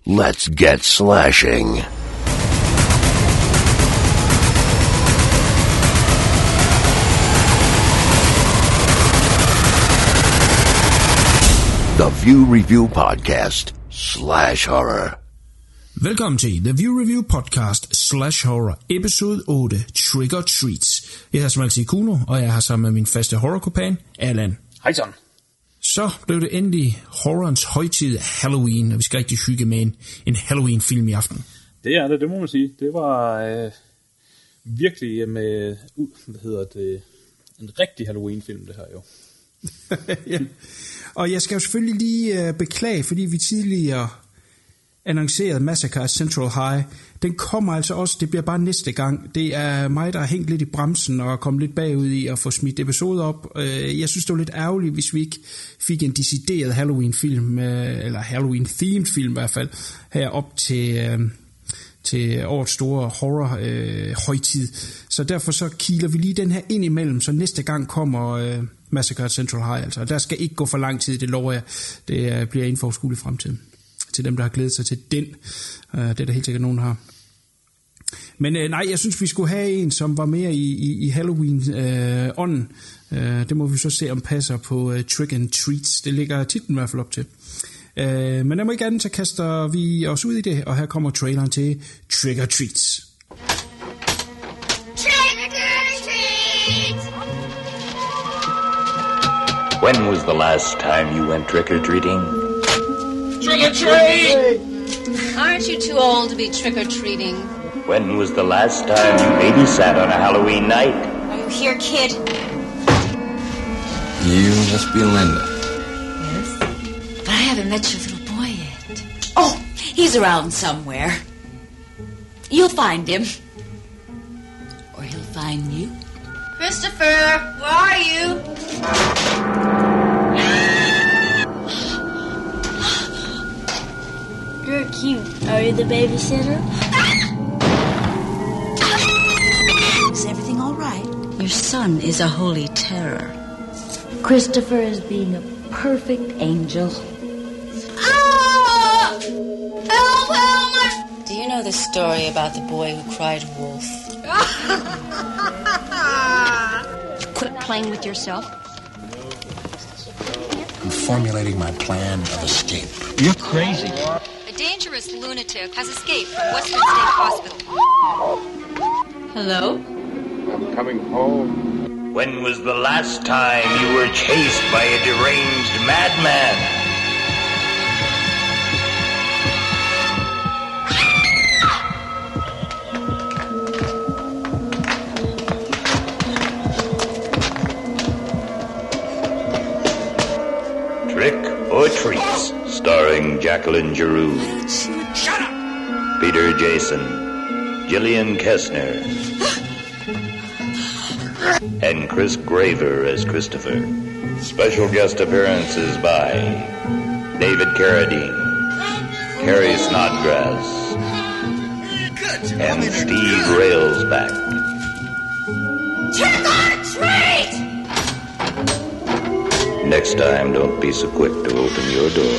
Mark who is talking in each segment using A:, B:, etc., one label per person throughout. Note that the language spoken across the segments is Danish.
A: Let's get slashing. The View Review Podcast /horror.
B: Velkommen til The View Review Podcast /horror, episode 8, Trick or Treats. Jeg hedder som altid Kuno, og jeg har sammen med min faste horrorkopan, Allan.
C: Hej John.
B: Så blev det endelig horrorens højtid Halloween, og vi skal rigtig hygge med en Halloween-film i aften.
C: Det er det, det må man sige. Det var virkelig med, en rigtig Halloween-film, det her jo.
B: Ja. Og jeg skal jo selvfølgelig lige beklage, fordi vi tidligere annoncerede Massacre at Central High. Den kommer altså også, det bliver bare næste gang. Det er mig, der har hængt lidt i bremsen og kommet lidt bagud i at få smidt episoder op. Jeg synes, det var lidt ærgerligt, hvis vi ikke fik en decideret Halloween-film, eller Halloween-themed film i hvert fald, herop til årets store horror-højtid. Så derfor så kiler vi lige den her ind imellem, så næste gang kommer Massacre at Central High. Altså. Der skal ikke gå for lang tid, det lover jeg. Det bliver inden for overskuelig fremtid. Til dem, der har glædet sig til den. Det er der helt sikkert nogen, der har. Men nej, jeg synes, vi skulle have en, som var mere i Halloween-ånden. Det må vi så se, om passer på Trick and Treats. Det ligger titlen i hvert fald op til. Men der må ikke andet, så kaster vi os ud i det, og her kommer traileren til Trick or Treats.
D: Trick or treat!
E: When was the last time you went trick-or-treating?
D: Trick or treat! Aren't you too old to be trick or treating?
E: When was the last time you babysat on a Halloween night?
D: Are you here, kid?
F: You must be Linda.
D: Yes. But I haven't met your little boy yet. Oh, he's around somewhere. You'll find him. Or he'll find you. Christopher, where are you?
G: You're cute. Are you the babysitter?
D: Is everything all right? Your son is a holy terror.
G: Christopher is being a perfect angel.
D: Ah! Help! Do you know the story about the boy who cried wolf?
H: Quit playing with yourself.
F: I'm formulating my plan of escape.
I: You're crazy.
H: A dangerous lunatic has escaped from Western State Hospital.
D: Hello?
I: I'm coming home.
E: When was the last time you were chased by a deranged madman? Trick or Treats, starring Jacqueline Giroux.
D: Shut up!
E: Peter Jason, Gillian Kessner, and Chris Graver as Christopher. Special guest appearances by David Carradine, Carrie Snodgrass, and Steve Railsback.
D: Trick or treat!
E: Next time, don't be so quick to open your door.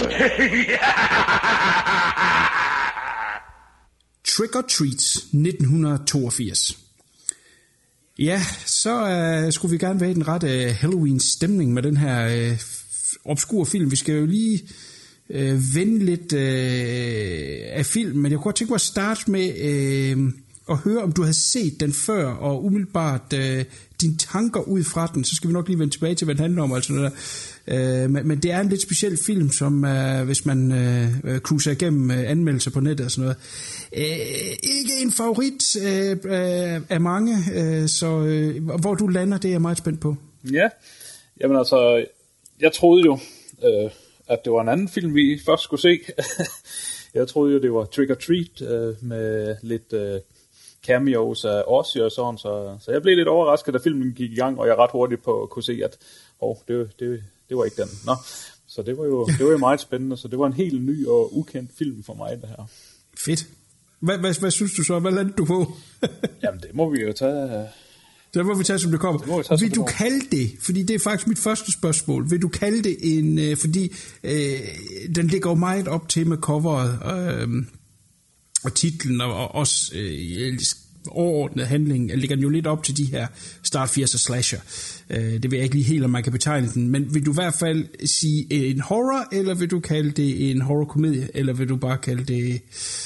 B: Trick or Treats 1982. Ja, så skulle vi gerne være i den rette Halloween-stemning med den her obskure film. Vi skal jo lige vende lidt af filmen, men jeg kunne godt tænke mig at starte med at høre, om du havde set den før, og umiddelbart dine tanker ud fra den. Så skal vi nok lige vende tilbage til, hvad den handler om. Altså noget der. Men det er en lidt speciel film, som hvis man cruiser igennem anmeldelser på nettet og sådan noget. Ikke en favorit af mange, så hvor du lander, det er jeg meget spændt på.
C: Ja, jamen altså, jeg troede jo, at det var en anden film, vi først skulle se. Jeg troede jo, det var Trick or Treat med lidt cameos af Ozzy og sådan, så jeg blev lidt overrasket, da filmen gik i gang, og jeg ret hurtigt kunne se, at det var ikke den. Nå, så det var jo meget spændende, så det var en helt ny og ukendt film for mig, det her.
B: Fedt. Hvad synes du så? Hvad landede du på?
C: Jamen, det må vi jo tage
B: Det må vi tage, som det kommer. Vil du kalde det, fordi det er faktisk mit første spørgsmål, vil du kalde det en, fordi den ligger jo meget op til med coveret og titlen, og også overordnet handling, ligger den jo lidt op til de her start 80'er slasher. Det ved jeg ikke lige helt, om man kan betegne den, men vil du i hvert fald sige en horror, eller vil du kalde det en horrorkomedie, eller vil du bare kalde det,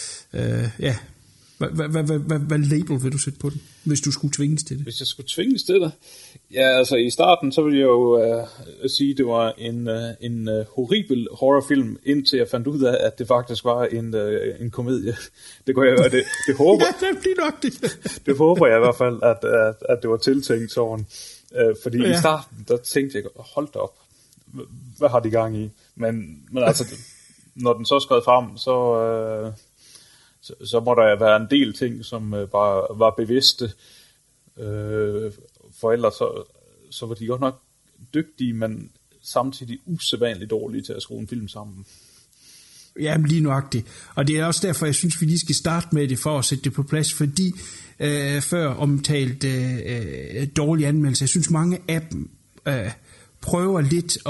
B: hvad label vil du sætte på den, hvis du skulle tvinges til det?
C: Hvis jeg skulle tvinges til det? Ja, altså i starten, så ville jeg jo sige, det var en horribel horrorfilm, indtil jeg fandt ud af, at det faktisk var en komedie. Det kunne jeg det håber.
B: Ja, det bliver nok det.
C: Det håber jeg i hvert fald, at det var tiltænkt sådan. Fordi i starten, der tænkte jeg, hold da op, hvad har de gang i? Men altså, når den så skred frem, så må der være en del ting, som bare var bevidste. For ellers så var de godt nok dygtige, men samtidig usædvanligt dårlige til at skrue en film sammen.
B: Ja, lige nøjagtigt. Og det er også derfor, jeg synes, vi lige skal starte med det, for at sætte det på plads, fordi før omtalt dårlige anmeldelser, jeg synes, mange af dem prøver lidt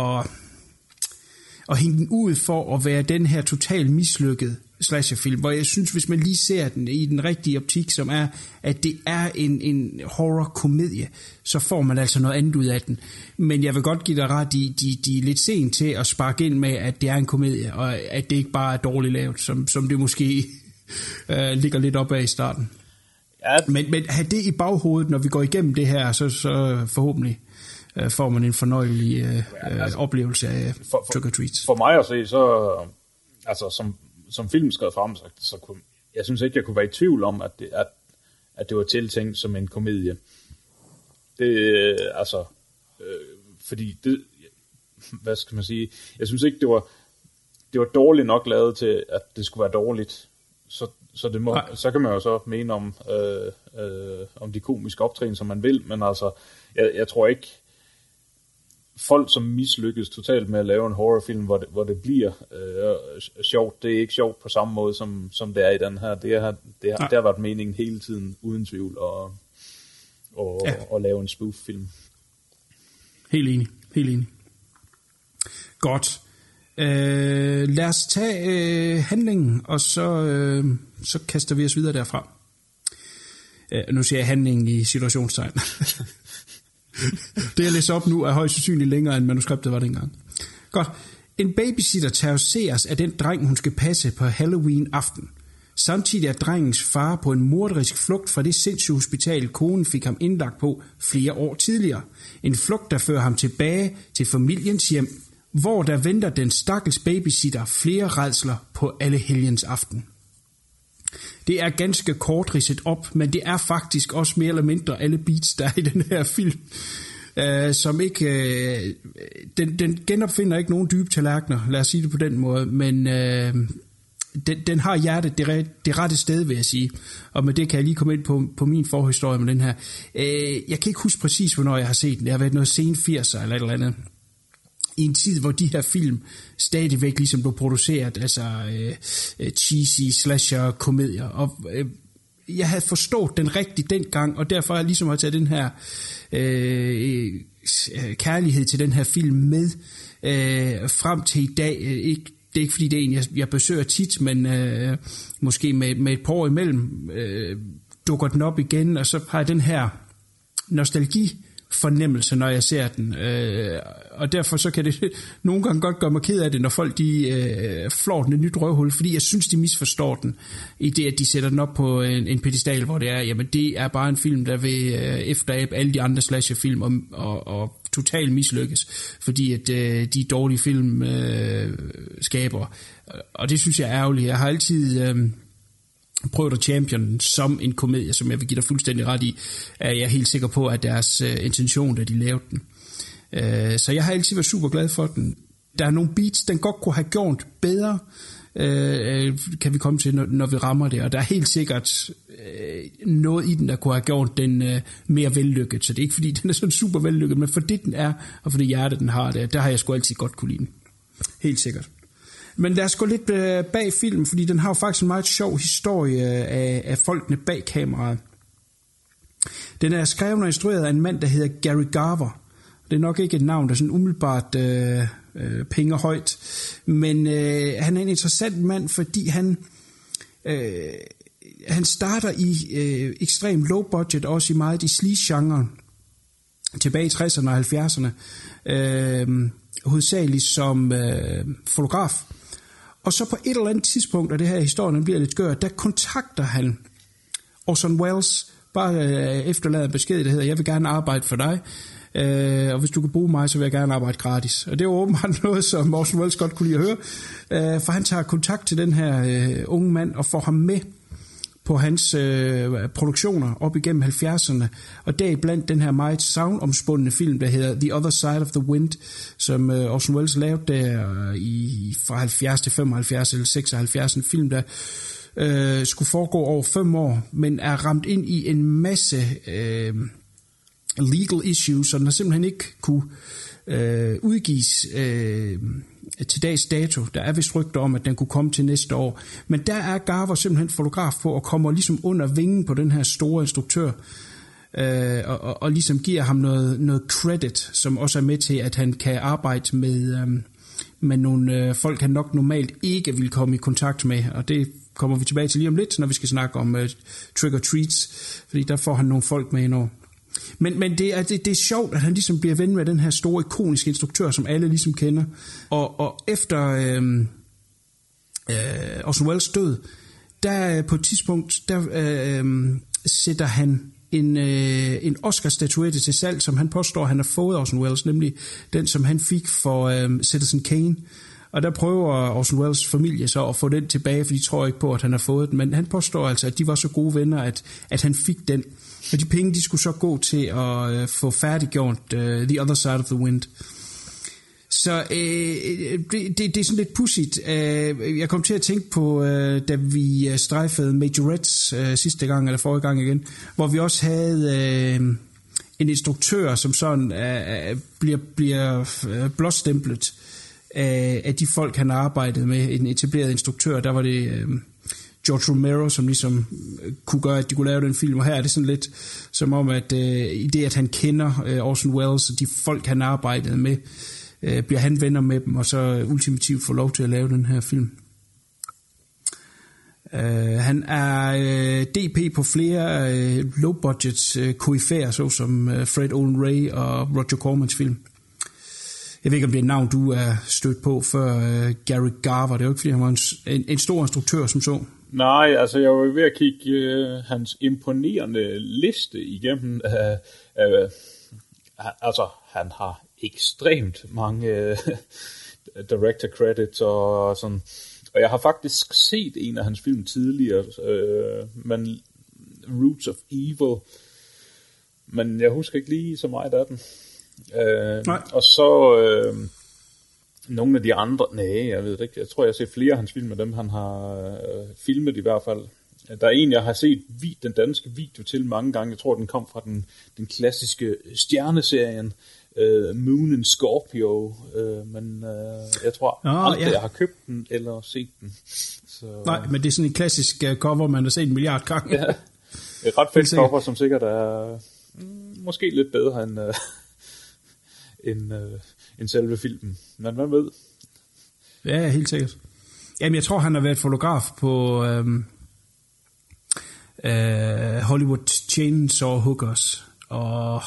B: at hænge den ud for at være den her totalt mislykket slasherfilm, hvor jeg synes, hvis man lige ser den i den rigtige optik, som er, at det er en horror-komedie, så får man altså noget andet ud af den. Men jeg vil godt give dig ret, de er lidt sent til at sparke ind med, at det er en komedie, og at det ikke bare er dårligt lavet, som det måske ligger lidt op af i starten. Ja. Men have det i baghovedet, når vi går igennem det her, så forhåbentlig får man en fornøjelig oplevelse af Trick or Treat.
C: For mig at se, så altså som film skrev frem, så kunne, jeg synes ikke, jeg kunne være i tvivl om, at det var tiltænkt som en komedie. Det, fordi det, hvad skal man sige, jeg synes ikke, det var dårligt nok lavet til, at det skulle være dårligt. Så kan man jo så mene om de komiske optræden, som man vil, men altså, jeg tror ikke, folk, som mislykkes totalt med at lave en horrorfilm, hvor det bliver sjovt, det er ikke sjovt på samme måde, som det er i den her. Det har været meningen hele tiden, uden tvivl, at lave en spoof-film.
B: Helt enig. Godt. Lad os tage handlingen, og så kaster vi os videre derfra. Nu siger jeg handlingen i situationstegn. Det jeg læser op nu er højst sandsynligt længere end manuskriptet var dengang. Godt. En babysitter terroriseres af den dreng, hun skal passe på Halloween-aften. Samtidig er drengens far på en morderisk flugt fra det sindssygehospital, konen fik ham indlagt på flere år tidligere. En flugt, der fører ham tilbage til familiens hjem, hvor der venter den stakkels babysitter flere rædsler på Allehelgens aften. Det er ganske kort ridset op, men det er faktisk også mere eller mindre alle beats, der er i den her film. Som ikke... Den genopfinder ikke nogen dybe tallerkener, lad os sige det på den måde, men den har hjertet det rette sted, vil jeg sige. Og med det kan jeg lige komme ind på min forhistorie med den her. Jeg kan ikke huske præcis, hvornår jeg har set den. Det har været noget sen 80'er eller et eller andet. I en tid, hvor de her film stadigvæk ligesom blev produceret, altså cheesy slasher-komedier. Og jeg havde forstået den rigtigt dengang, og derfor har jeg ligesom taget den her kærlighed til den her film med frem til i dag. Det er ikke fordi, det er en, jeg besøger tit, men måske med et par år imellem dukker den op igen, og så har jeg den her nostalgi-fornemmelse, når jeg ser den. Og derfor så kan det nogle gange godt gøre mig ked af det, når folk de flår den et nyt røvhul, fordi jeg synes, de misforstår den, i det, at de sætter den op på en pedestal, hvor det er, jamen det er bare en film, der vil efterabe alle de andre slasherfilm og totalt mislykkes, fordi at de dårlige film skaber. Og det synes jeg er ærgerligt. Jeg har altid prøvet at champion den som en komedie, som jeg vil give dig fuldstændig ret i. Jeg er helt sikker på, at deres intention, da de lavede den. Så jeg har altid været super glad for den. Der er nogle beats, den godt kunne have gjort bedre, kan vi komme til, når vi rammer det. Og der er helt sikkert noget i den, der kunne have gjort den mere vellykket. Så det er ikke fordi, den er sådan super vellykket, men fordi den er, og fordi hjertet den har det, der har jeg sgu altid godt kunne lide den. Helt sikkert. Men lad os gå lidt bag filmen, fordi den har jo faktisk en meget sjov historie af folkene bag kameraet. Den er skrevet og instrueret af en mand, der hedder Gary Garver. Det er nok ikke et navn, der sådan umiddelbart pinger højt, men han er en interessant mand, fordi han starter i ekstrem low budget, også i meget i sleaze-genren, tilbage i 60'erne og 70'erne, hovedsageligt som fotograf. Og så på et eller andet tidspunkt, og det her historien bliver lidt skør, der kontakter han Orson Welles, bare efterlader en besked, der hedder, jeg vil gerne arbejde for dig, og hvis du kan bruge mig, så vil jeg gerne arbejde gratis. Og det er åbenbart noget, som Orson Welles godt kunne lide at høre, for han tager kontakt til den her unge mand og får ham med på hans produktioner op igennem 70'erne, og deriblandt den her meget savnomspundne film, der hedder The Other Side of the Wind, som Orson Welles lavede der fra 70 til 75 eller 76, en film, der skulle foregå over 5 år, men er ramt ind i en masse legal issues, så den har simpelthen ikke kunne udgives til dags dato. Der er vist rygter om, at den kunne komme til næste år. Men der er Garver simpelthen fotograf på, og kommer ligesom under vingen på den her store instruktør, og ligesom giver ham noget credit, som også er med til, at han kan arbejde med nogle folk, han nok normalt ikke vil komme i kontakt med, og det kommer vi tilbage til lige om lidt, når vi skal snakke om Trick or Treats, fordi der får han nogle folk med indover. Men det er sjovt, at han ligesom bliver ven med den her store ikoniske instruktør, som alle ligesom kender. Og efter Orson Welles død, der på et tidspunkt, der sætter han en Oscar-statuette til salg, som han påstår, han har fået Orson Welles, nemlig den, som han fik for Citizen Kane. Og der prøver Orson Welles familie så at få den tilbage, for de tror ikke på, at han har fået den. Men han påstår altså, at de var så gode venner, at han fik den. Og de penge, de skulle så gå til at få færdiggjort The Other Side of the Wind. Så det er sådan lidt pudsigt. Jeg kom til at tænke på, da vi strejfede Majorettes sidste gang, eller forrige gang igen, hvor vi også havde en instruktør, som sådan bliver blåstemplet af de folk, han har arbejdet med, en etableret instruktør. Der var det George Romero, som ligesom kunne gøre, at de kunne lave den film, og her er det sådan lidt som om, at i det, at han kender Orson Welles og de folk, han arbejdede med, bliver han venner med dem, og så ultimativt får lov til at lave den her film. Han er DP på flere low-budget koryfæer, såsom Fred Olen Ray og Roger Cormans film. Jeg ved ikke, om det er et navn, du er stødt på før Gary Garver. Det er jo ikke, fordi han var en stor instruktør som så.
C: Nej, altså jeg var ved at kigge hans imponerende liste igennem. Altså, han har ekstremt mange director credits og sådan. Og jeg har faktisk set en af hans film tidligere, men Roots of Evil. Men jeg husker ikke lige så meget af den. Og så nogle af de andre, jeg ved det ikke, jeg tror jeg har set flere af hans film, dem han har filmet i hvert fald. Der er en jeg har set den danske video til mange gange. Jeg tror den kom fra den klassiske stjerneserien Moon and Scorpio, men jeg tror aldrig jeg har købt den eller set den. Så,
B: nej, men det er sådan en klassisk cover, man har set 1 milliard gange.
C: Ja, et ret fedt cover, som sikkert er måske lidt bedre end selve filmen. Men hvad ved?
B: Ja, helt sikkert. Jamen, jeg tror, han har været fotograf på Hollywood Chainsaw Hookers, og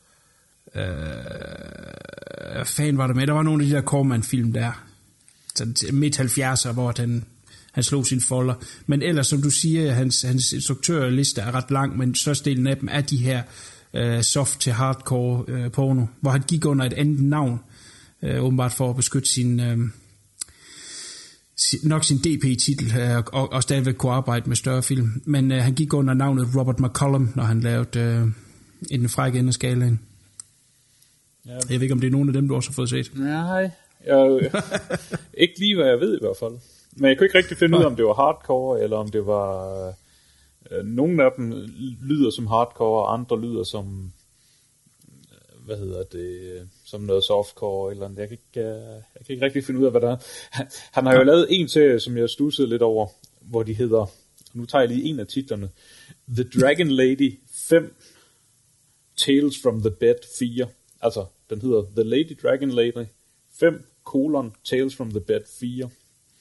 B: fan var der med. Der var nogle af de der Corman-film der, midt 70'er, hvor han slog sine folder. Men ellers, som du siger, hans instruktørliste er ret lang, men størstedelen af dem er de her soft til hardcore porno, hvor han gik under et andet navn, åbenbart for at beskytte sin DP-titel og stadigvæk kunne arbejde med større film. Men han gik under navnet Robert McCollum, når han lavede en fræk ende af skalaen. Ja. Jeg ved ikke, om det er nogen af dem, du også har fået set.
C: Nej, ikke lige hvad jeg ved i hvert fald. Men jeg kunne ikke rigtig finde ud af, om det var hardcore, eller om det var... nogle af dem lyder som hardcore, og andre lyder som... som noget softcore eller andet. Jeg kan ikke rigtig finde ud af, hvad der er. Han har jo lavet en serie, som jeg stussede lidt over, hvor de hedder... Nu tager jeg lige en af titlerne. The Dragon Lady 5 Tales from the Bed 4. Altså, den hedder The Lady Dragon Lady 5, Tales from the Bed 4.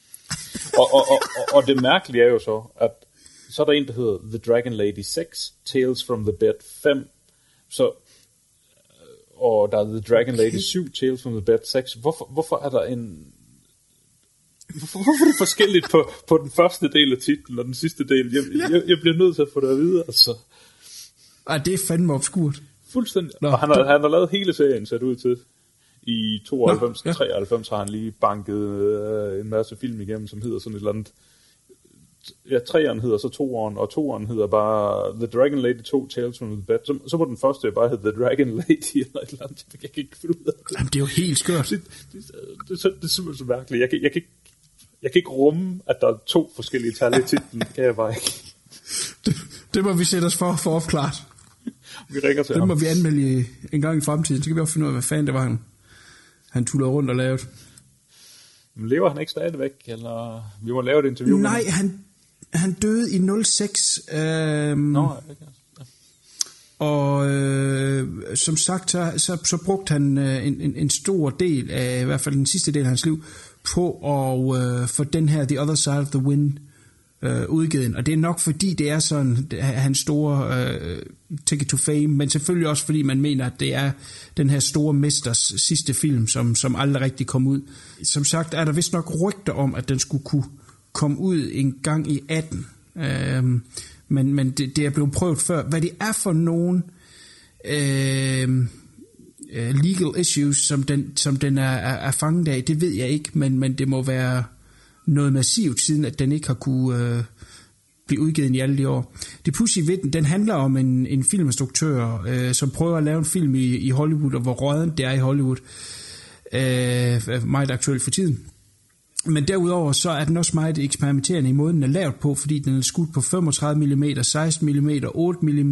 C: Og det mærkelige er jo så, at så er der en, der hedder The Dragon Lady 6, Tales from the Bed 5. Så, og der er The Dragon Lady 7, Tales from the Bed 6. Hvorfor er der en... Hvorfor er det forskelligt på den første del af titlen og den sidste del? Jeg bliver nødt til at få det at vide, altså.
B: Ej, det er fandme obskurt.
C: Fuldstændig. Nå, og han har lavet hele serien sat ud til. I 92, 93 har han lige banket en masse film igennem, som hedder sådan et eller andet. Ja, 3'eren hedder så 2'eren, og 2'eren hedder bare The Dragon Lady 2, Tales from the Bed. Så må den første bare hedde The Dragon Lady, eller et eller andet. Jeg kan ikke finde ud af det.
B: Jamen, det er jo helt skørt.
C: Det er simpelthen så mærkeligt. Jeg kan ikke rumme, at der er 2 forskellige tal i titlen. Det kan jeg bare ikke.
B: Det må vi sætte os for opklart.
C: Vi ringer til
B: ham.
C: Det
B: må vi anmelde en gang i fremtiden. Så kan vi også finde ud af, hvad fanden det var, han tullede rundt og lavede.
C: Men lever han ikke stadigvæk? Eller vi må lave et interview?
B: Nej, han døde i 06. Og som sagt, så brugte han en stor del af, i hvert fald den sidste del af hans liv, på at få den her The Other Side of the Wind udgivet. Og det er nok fordi, det er sådan hans store ticket to fame, men selvfølgelig også fordi man mener, at det er den her store mesters sidste film, som aldrig rigtig kom ud. Som sagt er der vist nok rygter om, at den skulle kunne komme ud en gang i 18. Men det er blevet prøvet før. Hvad det er for nogen legal issues, som den er fanget af, det ved jeg ikke, men det må være noget massivt, siden at den ikke har kunne blive udgivet i alle de år. Det pudsige ved den handler om en filminstruktør, som prøver at lave en film i Hollywood, og hvor rådent det er i Hollywood. Meget aktuelt for tiden. Men derudover så er den også meget eksperimenterende i måden, den er lavet på, fordi den er skudt på 35 mm, 16 mm, 8 mm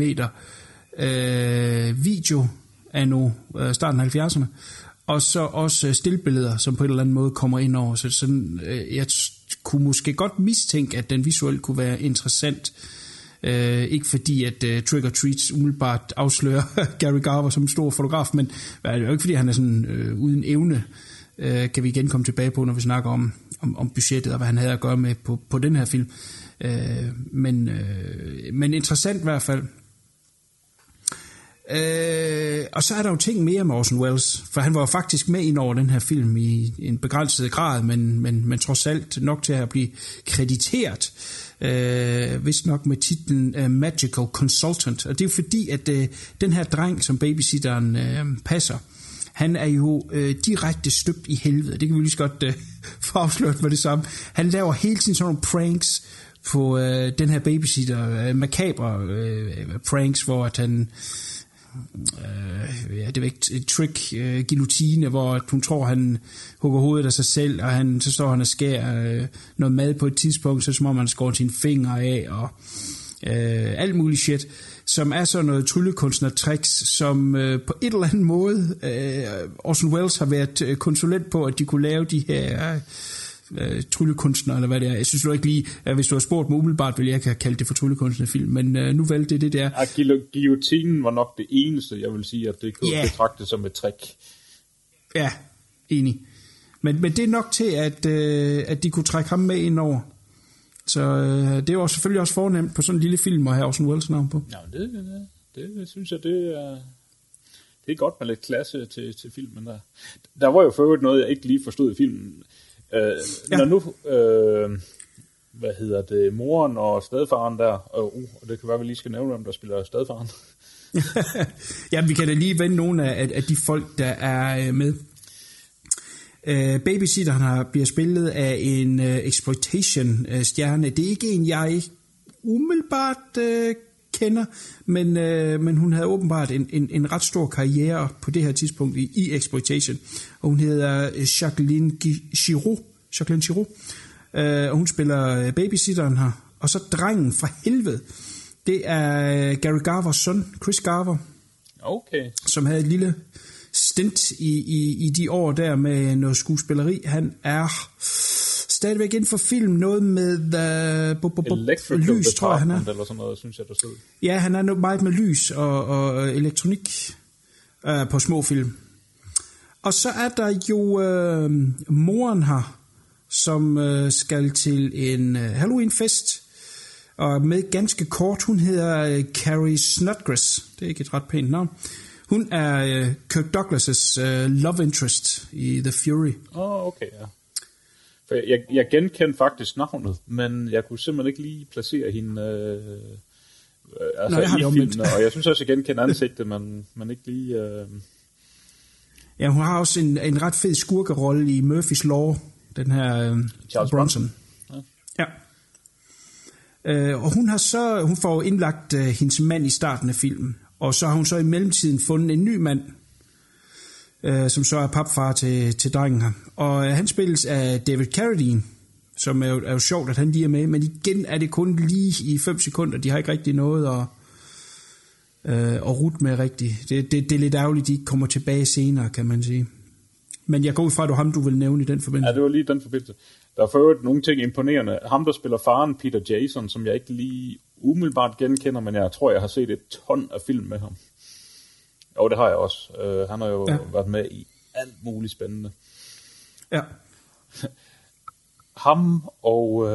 B: video af starten af 70'erne, og så også stillbilleder, som på en eller anden måde kommer ind over. Så sådan, jeg kunne måske godt mistænke, at den visuelt kunne være interessant. Ikke fordi, at Trick or Treats umiddelbart afslører Gary Garver som en stor fotograf, men det er jo ikke fordi, han er sådan uden evne. Kan vi igen komme tilbage på, når vi snakker om budgettet og hvad han havde at gøre med på den her film. Men interessant i hvert fald. Og så er der jo ting mere med Orson Welles, for han var jo faktisk med ind over den her film i en begrænset grad, men trods alt nok til at blive krediteret, vist nok med titlen Magical Consultant. Og det er jo fordi, at den her dreng, som babysitteren passer, han er jo direkte støbt i helvede. Det kan vi lige så godt få afsløret med det samme. Han laver hele tiden sådan nogle pranks på den her babysitter, makabre pranks, hvor at han det er ikke et trick guillotine, hvor hun tror, han hugger hovedet af sig selv, og så står han og skærer noget mad på et tidspunkt, så som om han skår sine fingre af, og alt muligt shit, som er sådan noget tryllekunstner-tricks, som på et eller andet måde Orson Welles har været konsulent på, at de kunne lave de her tryllekunstner, eller hvad det er. Jeg synes jo ikke lige, hvis du har spurgt mig umiddelbart, vil jeg ikke have kaldt det for tryllekunstnerfilm, men nu valgte det der.
C: Guillotinen var nok det eneste, jeg vil sige, at det kunne betragtes som et trick.
B: Ja, enig. Men det er nok til, at de kunne trække ham med ind over. Så det var selvfølgelig også fornemt på sådan en lille film at have Orson Welles navn på.
C: Ja, det synes jeg, det er godt med lidt klasse til filmen der. Der var jo for øvrigt noget, jeg ikke lige forstod i filmen. Når nu moren og stedfaren der, og det kan være, vi lige skal nævne, om der spiller stedfaren.
B: Ja, vi kan da lige vende nogle af de folk, der er med. Babysitteren bliver spillet af en exploitation-stjerne. Det er ikke en, jeg umiddelbart kender, men hun havde åbenbart en ret stor karriere på det her tidspunkt i exploitation. Og hun hedder Jacqueline Giroux. Og hun spiller babysitteren her. Og så drengen fra helvede, det er Gary Garvers søn, Chris Garver.
C: Okay.
B: Som havde et lille stint i de år der med noget skuespilleri. Han er stadigvæk inden for film, noget med lys, tror jeg, han er.
C: Eller sådan noget, synes jeg, der stod.
B: Ja, han er meget med lys og elektronik på små film. Og så er der jo moren her, som skal til en Halloween-fest, og med ganske kort, hun hedder Carrie Snodgrass, det er ikke et ret pænt navn. Hun er Kirk Douglas' love interest i The Fury.
C: Okay, ja. For jeg genkendte faktisk navnet, men jeg kunne simpelthen ikke lige placere hende i filmen, og jeg synes også, jeg genkendte ansigtet, men ikke lige...
B: Ja, hun har også en ret fed skurkerolle i Murphy's Law, den her
C: Charles Bronson.
B: Ja. Og hun får indlagt hendes mand i starten af filmen, og så har hun så i mellemtiden fundet en ny mand, som så er papfar til drengen her. Og han spilles af David Carradine, som er jo sjovt, at han lige er med, men igen er det kun lige i 5 sekunder. De har ikke rigtig noget at rute med rigtigt. Det er lidt ærgerligt, de ikke kommer tilbage senere, kan man sige. Men jeg går ud fra, at det var ham, du vil nævne i den forbindelse.
C: Ja, det var lige den forbindelse. Der er for øvrigt nogle ting imponerende. Ham, der spiller faren, Peter Jason, som jeg ikke lige umiddelbart genkender, men jeg tror, jeg har set et ton af film med ham. Jo, det har jeg også. Han har jo været med i alt muligt spændende.
B: Ja.
C: Ham og,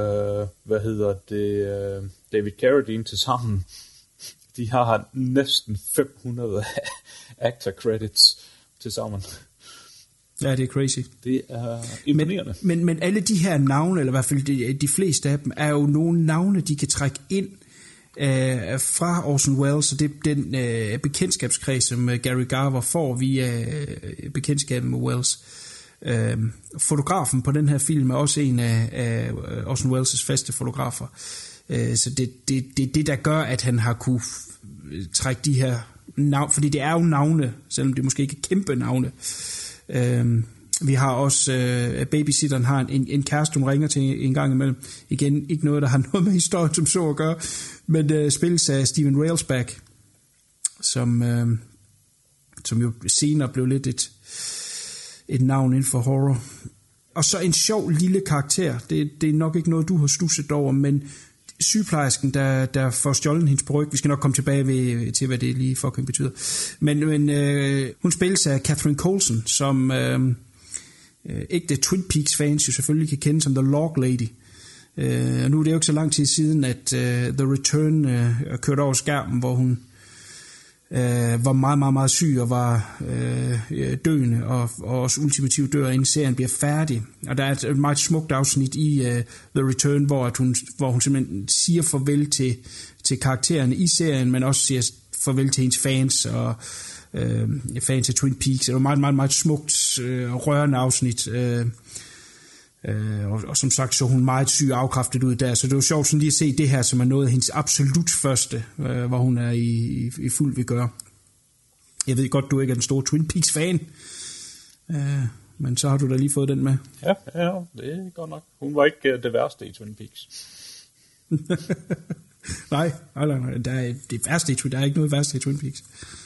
C: David Carradine til sammen, de har næsten 500 actor credits til sammen.
B: Ja, det er crazy.
C: Det er imponerende.
B: Men alle de her navne, eller i hvert fald de fleste af dem, er jo nogle navne, de kan trække ind fra Orson Welles, og det er den bekendtskabskreds, som Gary Garver får via bekendtskabet med Welles. Fotografen på den her film er også en af Orson Welles' faste fotografer. Så det der gør, at han har kunne trække de her navne, fordi det er jo navne, selvom det måske ikke er kæmpe navne. Vi har også babysitteren har en kæreste, hun ringer til en gang imellem. Igen, ikke noget, der har noget med historien som så at gøre, men spilles af Stephen Railsback, som jo senere blev lidt et navn inden for horror. Og så en sjov lille karakter. Det er nok ikke noget, du har stusset over, men sygeplejersken, der får stjålet hendes paryk. Vi skal nok komme tilbage til, hvad det lige fucking betyder. Men hun spilles af Catherine Coulson, som ægte Twin Peaks fans jo selvfølgelig kan kende som The Log Lady. Og nu er det jo ikke så lang tid siden, at The Return kørte over skærmen, hvor hun var meget, meget, meget syg og var døende, og også ultimativt dør, inden serien bliver færdig. Og der er et meget smukt afsnit i The Return, hvor hun simpelthen siger farvel til karaktererne i serien, men også siger farvel til hendes fans og fans af Twin Peaks. Det var meget, meget, meget smukt rørende afsnit. Og som sagt så hun meget syg og afkræftet ud der, så det var sjovt sådan lige at se det her, som er noget af hendes absolut første, hvor hun er i fuld vigør. Jeg ved godt, du ikke er den store Twin Peaks fan, men så har du da lige fået den med.
C: Ja, det er godt nok. Hun var ikke det værste i Twin Peaks.
B: Nej, der er det værste der er ikke noget værste i Twin Peaks.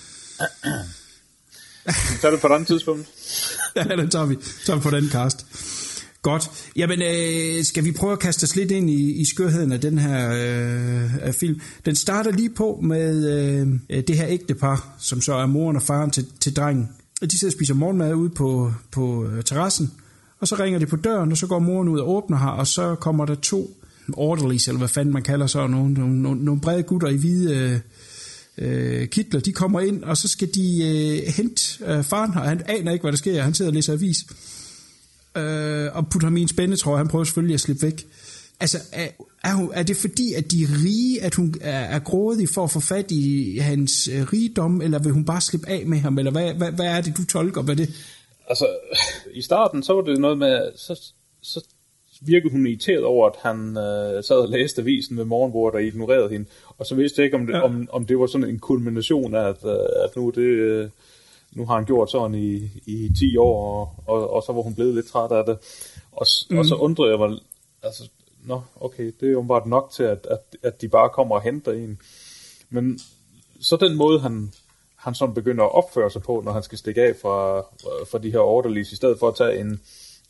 C: Så er det på et andet tidspunkt.
B: Ja, den tager vi på den cast. Godt. Jamen, skal vi prøve at kaste os lidt ind i skørheden af den her film? Den starter lige på med det her ægtepar, som så er moren og faren til drengen. Og de sidder og spiser morgenmad ude på terrassen, og så ringer de på døren, og så går moren ud og åbner her, og så kommer der 2 orderlies, eller hvad fanden man kalder så, nogle brede gutter i hvide kitler. De kommer ind, og så skal de hente faren her. Han aner ikke, hvad der sker. Han sidder og læser avis. Og putter ham i en spændetrøje. Han prøver selvfølgelig at slippe væk. Altså, er det fordi, at de er rige, at hun er grådig for at få fat i hans rigdom, eller vil hun bare slippe af med ham, eller hvad er det, du tolker? Hvad det?
C: Altså, i starten, så var det noget med, så virkede hun irriteret over, at han sad og læste avisen ved morgenbordet og ignorerede hende, og så vidste jeg ikke, om det var sådan en kulmination af, at nu har han gjort sådan i 10 år, og så var hun blevet lidt træt af det. Og så undrede jeg mig, altså, okay, det er jo bare nok til, at de bare kommer og henter en. Men så den måde, han sådan begynder at opføre sig på, når han skal stikke af fra de her orderlies, i stedet for at tage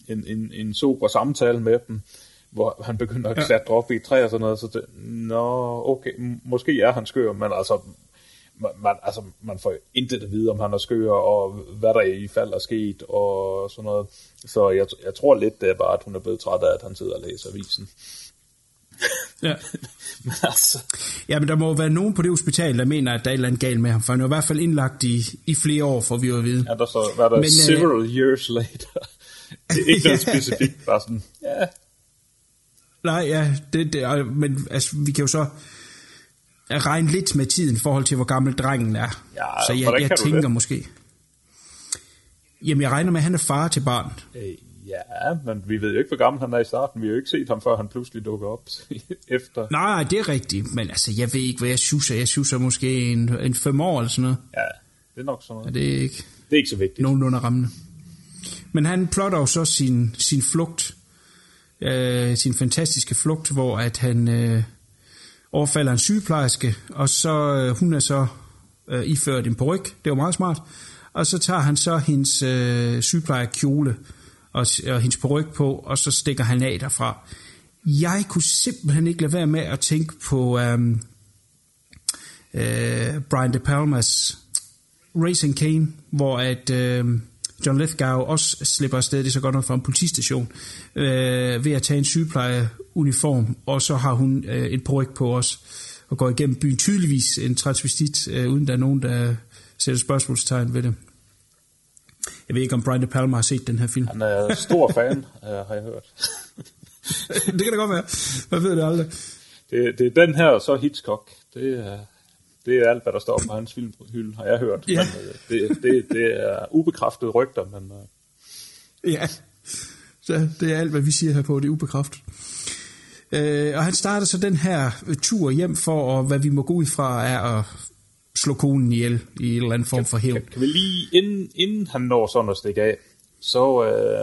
C: en sober samtale med dem, hvor han begynder at klatre op i et træ og sådan noget, så det, okay, måske er han skør, men man får intet at vide, om han er skør, og hvad der i fald er sket, og sådan noget. Så jeg tror lidt, det er bare, at hun er blevet træt af, at han sidder og læser avisen.
B: Ja.
C: Men altså...
B: Ja, men der må være nogen på det hospital, der mener, at der er et eller andet galt med ham, for han er i hvert fald indlagt i flere år, for vi jo at vide.
C: Ja, der står, hvad der men, several years later. Det er ikke noget specifikt, bare sådan, ja.
B: Nej, ja, men altså, vi kan jo så regne lidt med tiden i forhold til, hvor gammel drengen er.
C: Ja,
B: så jeg tænker måske... Jamen, jeg regner med, at han er far til barnet.
C: Ja, men vi ved jo ikke, hvor gammel han er i starten. Vi har jo ikke set ham, før han pludselig dukker op efter.
B: Nej, det er rigtigt. Men altså, jeg ved ikke, hvad jeg suser. Jeg suser måske en 5 år eller sådan noget.
C: Ja, det er nok sådan noget.
B: Ja, det
C: er ikke så vigtigt.
B: Nogenlunde rammende. Men han plotter jo så sin flugt. Sin fantastiske flugt, hvor at han overfalder en sygeplejerske, og så hun er så iført en paryk. Det var meget smart. Og så tager han så hendes sygeplejerkjole og hendes paryk på, og så stikker han af derfra. Jeg kunne simpelthen ikke lade være med at tænke på Brian De Palmas Raising Cain, hvor at John Lithgow også slipper afsted, det er så godt nok fra en politistation, ved at tage en sygeplejeuniform, og så har hun en paryk på os, og går igennem byen, tydeligvis en transvestit, uden der er nogen, der sætter spørgsmålstegn ved det. Jeg ved ikke, om Brian De Palma har set den her film.
C: Han er stor fan, har jeg hørt.
B: Det kan da godt være. Jeg ved det aldrig.
C: Det er den her, og så Hitchcock. Det er alt, hvad der står på hans filmhylde, har jeg hørt.
B: Ja.
C: Men, det er ubekræftede rygter, men...
B: Ja, så det er alt, hvad vi siger her på, det er ubekræftet. Og han starter så den her tur hjem for, og hvad vi må gå ud fra, er at slå konen ihjel i en eller anden form for hævn.
C: Kan vi lige, inden han når sådan at stikke af, så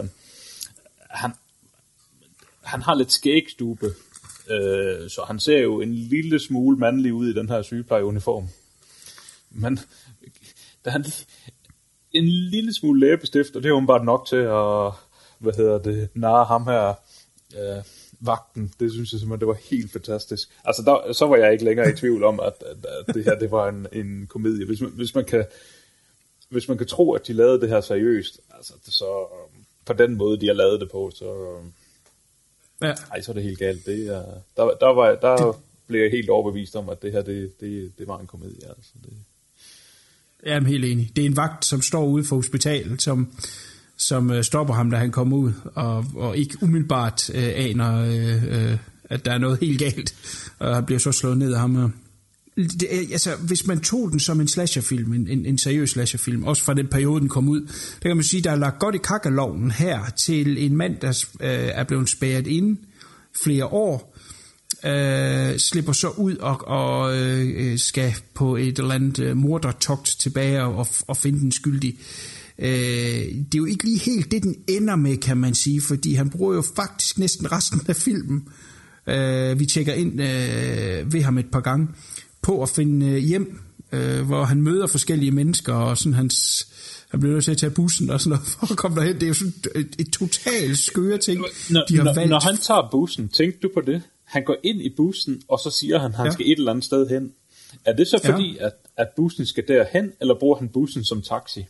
C: han har lidt skægstube, så han ser jo en lille smule mandlig ud i den her sygeplejeuniform. Men der er en lille smule læbestift, og det er jo bare nok til at, narre ham her, vagten. Det synes jeg simpelthen, det var helt fantastisk. Altså, så var jeg ikke længere i tvivl om, at det her, det var en komedie. Hvis man kan tro, at de lavede det her seriøst, altså, så på den måde, de har lavet det på, så...
B: Ja.
C: Så er det helt galt. Der blev jeg helt overbevist om, at det her, det var en komedie. Altså.
B: Jeg er helt enig. Det er en vagt, som står ude for hospitalet, som stopper ham, da han kommer ud, og ikke umiddelbart aner, at der er noget helt galt, og han bliver så slået ned af ham. Altså, hvis man tog den som en slasherfilm, en seriøs slasherfilm, også fra den periode, den kom ud, der kan man sige, der er lagt godt i kakkelovnen her til en mand, der er blevet spærret inde flere år, slipper så ud og skal på et eller andet mordertogt tilbage og finde den skyldige. Det er jo ikke lige helt det, den ender med, kan man sige, fordi han bruger jo faktisk næsten resten af filmen. Vi tjekker ind ved ham et par gange på at finde hjem, hvor han møder forskellige mennesker, og sådan han bliver nødt til at tage bussen og sådan noget, for at komme derhen. Det er jo sådan et totalt skøre ting, de har valgt.
C: Når han tager bussen, tænk du på det? Han går ind i bussen, og så siger han skal et eller andet sted hen. Er det så fordi, at bussen skal derhen, eller bruger han bussen som taxi?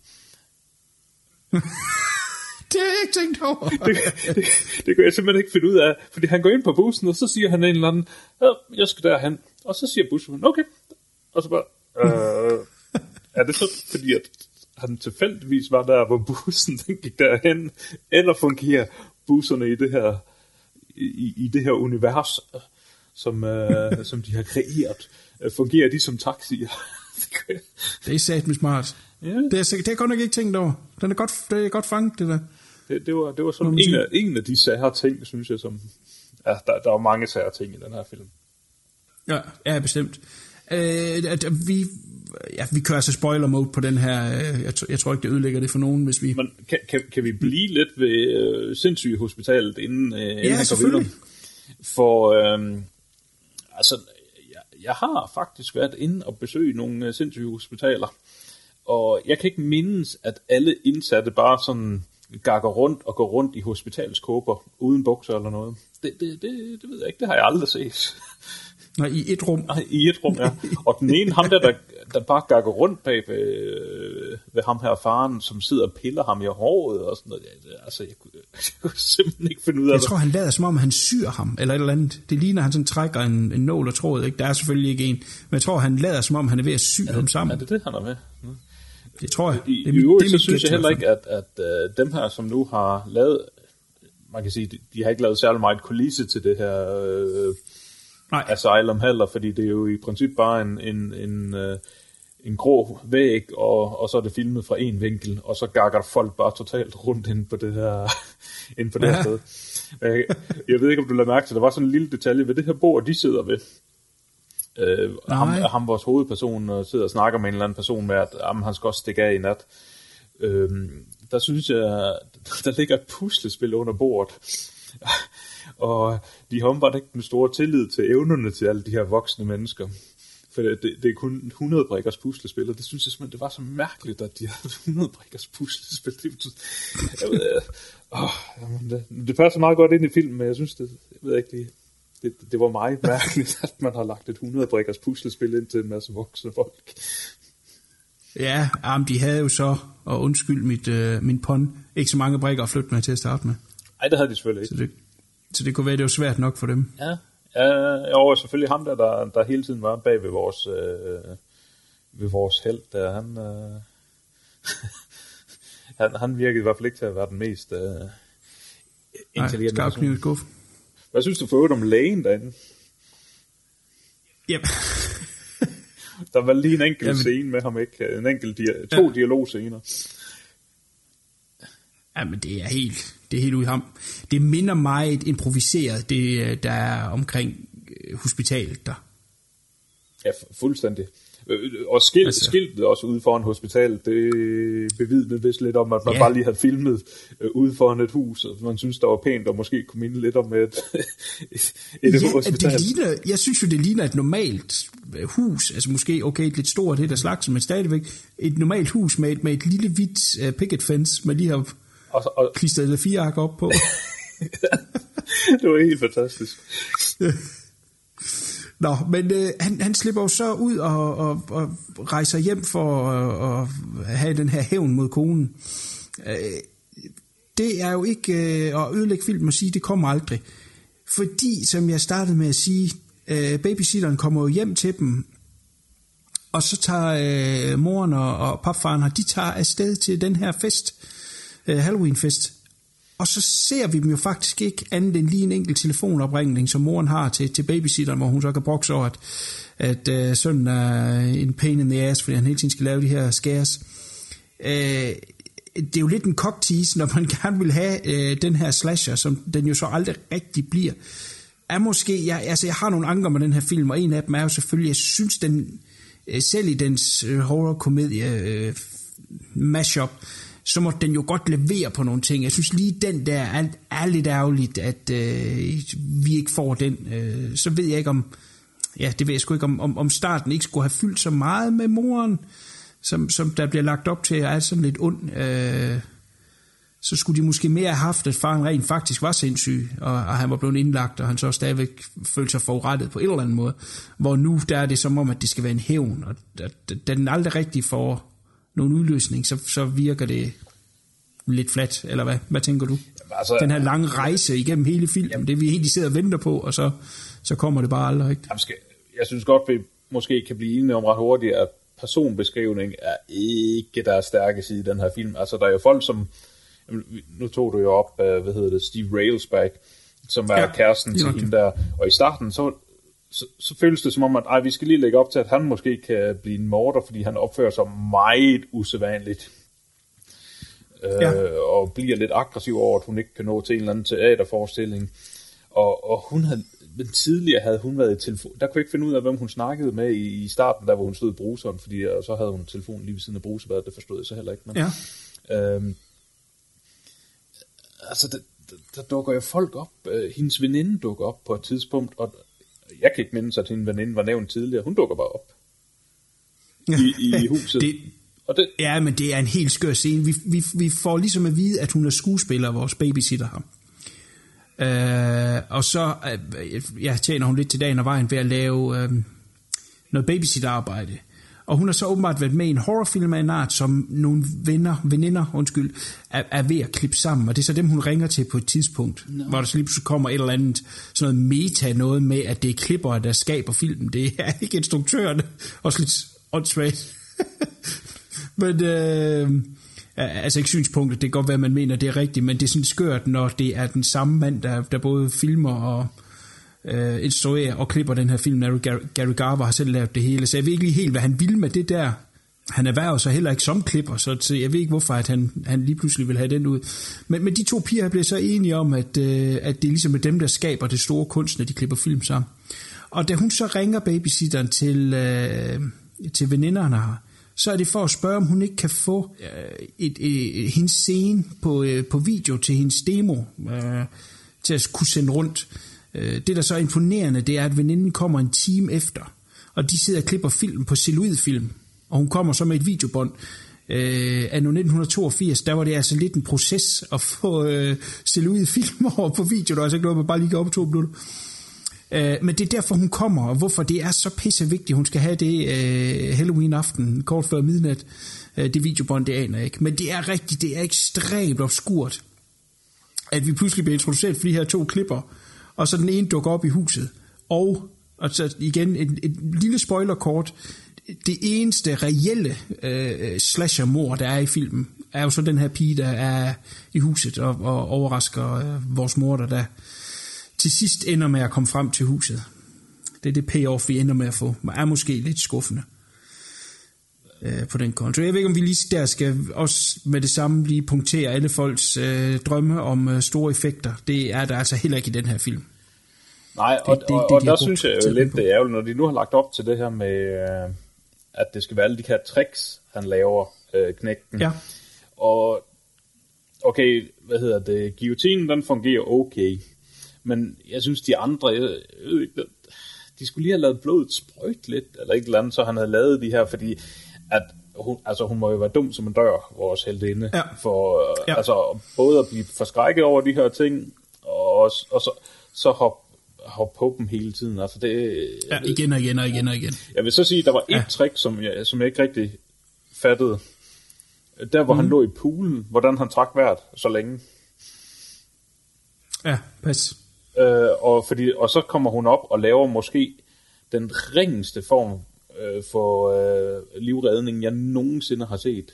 B: Det har jeg ikke tænkt over.
C: Det kan jeg simpelthen ikke finde ud af. Fordi han går ind på bussen, og så siger han en eller anden, jeg skal derhen. Og så siger bussen, okay. Og så bare, er det så fordi, at han tilfældigvis var der, hvor bussen den gik derhen, eller fungerer busserne i det her, i det her univers, som de har kreeret, fungerer de som taxier?
B: Det er satme smart. Ja. Det har jeg godt nok ikke tænkt over. Det er godt fanget, det der.
C: Det var sådan en af de sære ting, synes jeg, som... Ja, der var mange sære ting i den her film.
B: Ja, bestemt. Vi kører altså spoiler mode på den her. Jeg tror ikke, det ødelægger det for nogen, hvis vi...
C: Men kan vi blive lidt ved sindssygehospitalet inden
B: ja, selvfølgelig.
C: For jeg har faktisk været inde og besøge nogle sindssygehospitaler, og jeg kan ikke mindes, at alle indsatte bare sådan gakker rundt og går rundt i hospitalskåber uden bukser eller noget. Det ved jeg ikke, det har jeg aldrig set.
B: Nej, i et rum.
C: Nej, i et rum, ja. Og den ene, ham der bare gakker rundt bag ved ham her faren, som sidder og piller ham i håret og sådan noget. Altså, jeg kunne simpelthen ikke finde ud af det.
B: Jeg tror, han lader som om, han syr ham, eller et eller andet. Det ligner, han sådan trækker en nål og tråd, ikke? Der er selvfølgelig ikke en, men jeg tror, han lader som om, han er ved at sy ham sammen.
C: Er det det, han er med?
B: Det tror jeg.
C: Så synes jeg heller ikke, at dem her, som nu har lavet, man kan sige, de har ikke lavet særlig meget kulisse til det her Asylum heller, fordi det er jo i princip bare en grå væg, og så er det filmet fra en vinkel, og så gakker folk bare totalt rundt ind på det her sted. Jeg ved ikke, om du lader mærke til, der var sådan en lille detalje ved det her bord, de sidder ved. Ham vores hovedperson sidder og snakker med en eller anden person med, at han skal også stikke af i nat. Der synes jeg, der ligger et puslespil under bordet. Og de har bare ikke den store tillid til evnerne til alle de her voksne mennesker. For det er kun 100 brikkers puslespil, og det synes jeg simpelthen, det var så mærkeligt, at de har 100 brikkers puslespil. Det passer meget godt ind i filmen, men jeg synes, det var meget mærkeligt, at man har lagt et 100 brikkers puslespil ind til en masse voksne folk.
B: Ja, de havde jo så, og undskyld min pun, ikke så mange brikker at flytte med til at starte med.
C: Nej, det havde de selvfølgelig ikke.
B: Så det kunne være, det var svært nok for dem.
C: Ja, og selvfølgelig ham der hele tiden var bag ved vores helt, der han virkede i hvert fald ikke til at være den mest intelligente person. Hvad synes du for øvrigt om lægen derinde?
B: Yep.
C: Der var lige en enkelt scene med ham, ikke? En enkelt to dialogscener.
B: Jamen, det er helt ude i ham. Det minder meget improviseret, det der er omkring hospitalet der.
C: Ja, fuldstændig. Og skiltet også ude foran hospitalet, det bevidnede vist lidt om, at man bare lige havde filmet ude foran et hus, og man synes, der var pænt, og måske kunne minde lidt om et hospital.
B: Jeg synes jo, det ligner et normalt hus, altså måske et lidt stort, det der slags, men stadigvæk et normalt hus med et lille hvidt picket fence, man lige har klistret 4 ark op på.
C: Det var helt fantastisk.
B: Nå, men han slipper jo så ud og rejser hjem for at have den her hævn mod konen. Det er jo ikke at ødelægge filmen og sige, det kommer aldrig. Fordi, som jeg startede med at sige, babysitteren kommer jo hjem til dem, og så tager moren og papfaren, de tager afsted til den her fest, Halloween-fest. Og så ser vi dem jo faktisk ikke andet end lige en enkelt telefonopringning, som moren har til babysitteren, hvor hun så kan brokse over, at sønnen er en pain in the ass, fordi han hele tiden skal lave de her scares. Det er jo lidt en cocktease, når man gerne vil have den her slasher, som den jo så aldrig rigtig bliver. Jeg har nogle anker med den her film, og en af dem er jo selvfølgelig, jeg synes, den selv i dens horror-komedie mashup, så må den jo godt levere på nogle ting. Jeg synes lige den der er lidt ærgerligt, at vi ikke får den. Så ved jeg ikke om, det ved jeg sgu ikke, om starten ikke skulle have fyldt så meget med moren, som der bliver lagt op til, er sådan lidt ond. Så skulle de måske mere have haft, at faren rent faktisk var sindssyg, og han var blevet indlagt, og han så stadigvæk følte sig forurettet på en eller anden måde. Hvor nu der er det som om, at det skal være en hævn, og den aldrig rigtig får nogen udløsning, så virker det lidt flat, eller hvad tænker du? Jamen, altså, den her lange rejse igennem hele filmen, det vi egentlig sidder og venter på, og så kommer det bare aldrig rigtigt.
C: Jeg synes godt, vi måske kan blive enige om ret hurtigt, at personbeskrivning er ikke der stærke side i den her film. Altså, der er jo folk, som nu tog du jo op, Steve Railsback, som er kæresten til hende der, og i starten, så føles det som om, at vi skal lige lægge op til, at han måske kan blive en morder, fordi han opfører sig meget usædvanligt. Og bliver lidt aggressiv over, at hun ikke kan nå til en eller anden teaterforestilling. Og men tidligere havde hun været i telefon. Der kunne jeg ikke finde ud af, hvem hun snakkede med i starten, der hvor hun stod i bruseren, fordi så havde hun telefonen lige ved siden af brusebadet. Det forstod jeg så heller ikke. Men, altså, der dukker jo folk op. Hendes veninde dukker op på et tidspunkt, og jeg kan ikke mindes, at hendes veninde var nævnt tidligere. Hun dukker bare op i huset. Og det...
B: Ja, men det er en helt skør scene. Vi får ligesom at vide, at hun er skuespiller, vores babysitter her. Og så tjener hun lidt til dagen og vejen ved at lave noget babysitterarbejde. Og hun har så åbenbart været med i en horrorfilm af en art, som nogle veninder, er ved at klippe sammen. Og det er så dem, hun ringer til på et tidspunkt, hvor der så lige pludselig kommer et eller andet, sådan noget meta, noget med, at det er klippere, der skaber filmen. Det er ikke instruktørerne. Også lidt åndssvagt. Men altså ikke synspunktet, det kan godt være, at man mener, det er rigtigt, men det er sådan skørt, når det er den samme mand, der både filmer og instruerer og klipper den her film. Gary Garver har selv lavet det hele, så jeg ved ikke lige helt, hvad han vil med det der. Han erhverver sig heller ikke som klipper, så jeg ved ikke, hvorfor at han lige pludselig vil have den ud. Men de to piger bliver så enige om, at det er ligesom dem, der skaber det store kunst, når de klipper film sammen. Og da hun så ringer babysitteren til veninderne her, så er det for at spørge, om hun ikke kan få hendes scene på video til hendes demo, til at kunne sende rundt. Det, der så er imponerende, det er, at veninden kommer en time efter, og de sidder og klipper film på celluloidfilm, og hun kommer så med et videobånd. Anno 1982, der var det altså lidt en proces at få celluloidfilm over på video, der er altså ikke noget, man bare lige går op 2 minutter. Men det er derfor, hun kommer, og hvorfor det er så pissevigtigt, hun skal have det Halloween-aften, kort før midnat, det videobånd, det aner jeg ikke. Men det er rigtigt, det er ekstremt obskurt, at vi pludselig bliver introduceret for de her 2 klipper, og så den ene dukker op i huset. Og så igen, et lille spoilerkort, det eneste reelle slasher-mord, der er i filmen, er jo så den her pige, der er i huset og overrasker vores morder, der til sidst ender med at komme frem til huset. Det er det payoff, vi ender med at få. Man er måske lidt skuffende på den konto. Jeg ved ikke, om vi lige der skal også med det samme lige punktere alle folks drømme om store effekter. Det er der altså heller ikke i den her film.
C: Nej, og der synes jeg jo lidt, det er ærgerligt, når de nu har lagt op til det her med, at det skal være alle de her tricks, han laver, knægten.
B: Ja.
C: Og okay, guillotinen, den fungerer okay. Men jeg synes, de andre, de skulle lige have lavet blodet sprøjt lidt, eller ikke eller andet, så han havde lavet de her, fordi at hun må jo være dum som en dør, vores heltinde, for både at blive forskrækket over de her ting, og så hoppe på dem hele tiden. Altså det,
B: igen.
C: Jeg vil så sige, at der var et trick, som jeg ikke rigtig fattede. Der, hvor han lå i poolen, hvordan han trak vejret så længe.
B: Ja, pas.
C: Og så kommer hun op og laver måske den ringeste form for livredning, jeg nogensinde har set.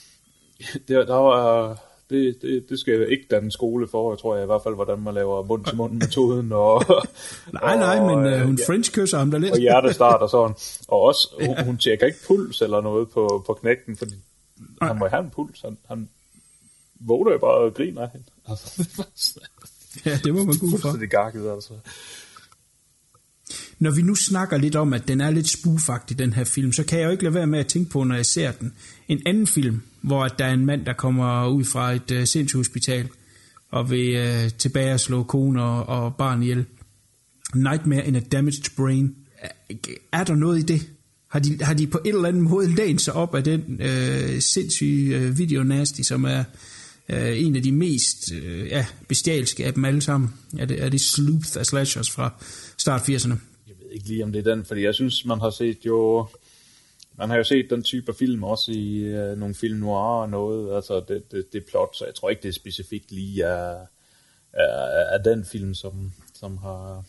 C: Det skal jeg ikke danne skole for, jeg tror jeg i hvert fald, hvordan man laver mund-til-mund-metoden.
B: nej, men hun French-kysser ham der lidt.
C: Og hjertestart og sådan. Og også, hun tjekker ikke puls eller noget på knægten, fordi han må have en puls. Han vågner jo bare og griner af hende. Altså,
B: ja, det må man gå for.
C: Det gakket, altså.
B: Når vi nu snakker lidt om, at den er lidt spoofagtig, den her film, så kan jeg jo ikke lade være med at tænke på, når jeg ser den. En anden film, hvor der er en mand, der kommer ud fra et sindssygehospital og vil tilbage at slå kone og barn ihjel. Nightmare in a Damaged Brain. Er der noget i det? Har de på en eller anden måde lænet sig op af den sindssyge Video Nasty, som er en af de mest bestialske af dem alle sammen? Er det Sleuth af slashers fra start 80'erne?
C: Jeg ved ikke lige, om det er den, fordi jeg synes, man har jo set den type af film også i nogle film noir og noget, altså det plot, så jeg tror ikke, det er specifikt lige af den film, som har,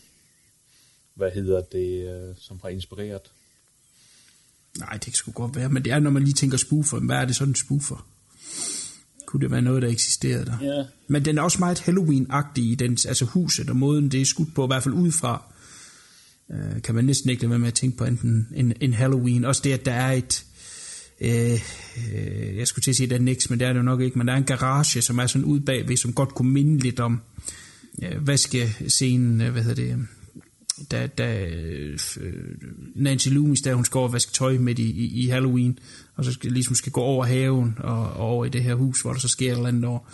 C: som har inspireret.
B: Nej, det kan sgu godt være, men det er, når man lige tænker spoofer, hvad er det sådan en spoofer? Kunne det være noget, der eksisterede der?
C: Yeah.
B: Men den er også meget Halloween-agtig i den, altså huset og måden, det er skudt på, i hvert fald udefra. Kan man næsten ikke lade være med at tænke på enten en Halloween. Også det, at der er et, jeg skulle til at sige, at der er niks, men det er det jo nok ikke, men der er en garage, som er sådan ude bagved, som godt kunne minde lidt om vaskescenen, da Nancy Loomis, der hun skal over og vaske tøj midt i Halloween, og så skal gå over haven og over i det her hus, hvor der så sker et eller andet over.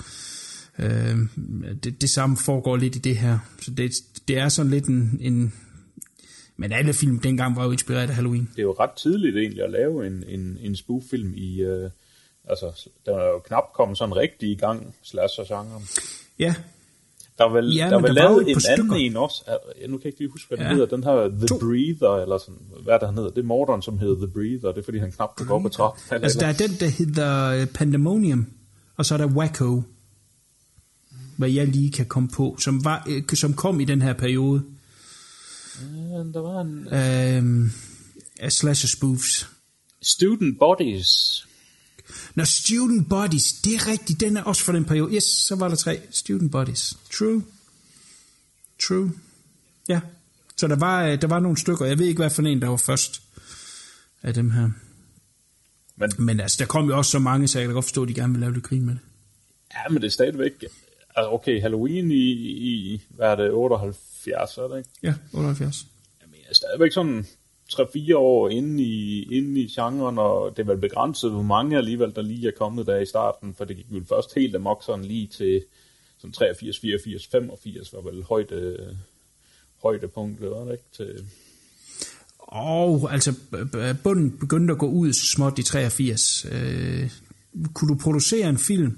B: Det samme foregår lidt i det her. Så det er sådan lidt Men alle film dengang var jo inspireret af Halloween.
C: Det er jo ret tidligt egentlig at lave en spoof-film i... altså, der er jo knap kommet sådan rigtig i gang, slasher-genren.
B: Ja.
C: Der er vel,
B: ja,
C: der vel lavet en anden
B: stykker.
C: en også. Nu kan jeg ikke lige huske, hvad den hedder. Den her The Breather, eller sådan, hvad der hedder. Det er morderen, som hedder The Breather. Det er, fordi han knap kan gå op ad trappen.
B: Altså, der er den, der hedder Pandemonium, og så er der Wacko, hvad jeg lige kan komme på, som kom i den her periode.
C: Der var en...
B: af slasher spoofs.
C: Student Bodies.
B: Når Student Bodies, det er rigtigt, den er også fra den periode. Yes, så var der 3 Student Bodies. True. Ja, så der var nogle stykker. Jeg ved ikke, hvad for en, der var først af dem her. Men altså, der kom jo også så mange, så jeg kan godt forstå, at de gerne vil lave lidt grin med det.
C: Ja, men det er stadigvæk... Altså, okay, Halloween i hvad er det, 78, er det ikke?
B: Ja, 78.
C: Jamen, jeg er stadigvæk sådan 3-4 år inde i genren, og det er vel begrænset, hvor mange alligevel, der lige er kommet der i starten, for det gik vel først helt amok sådan lige til sådan 83, 84, 85, var vel højdepunktet, var det ikke? Til...
B: altså, bunden begyndte at gå ud så småt i 83. Kunne du producere en film,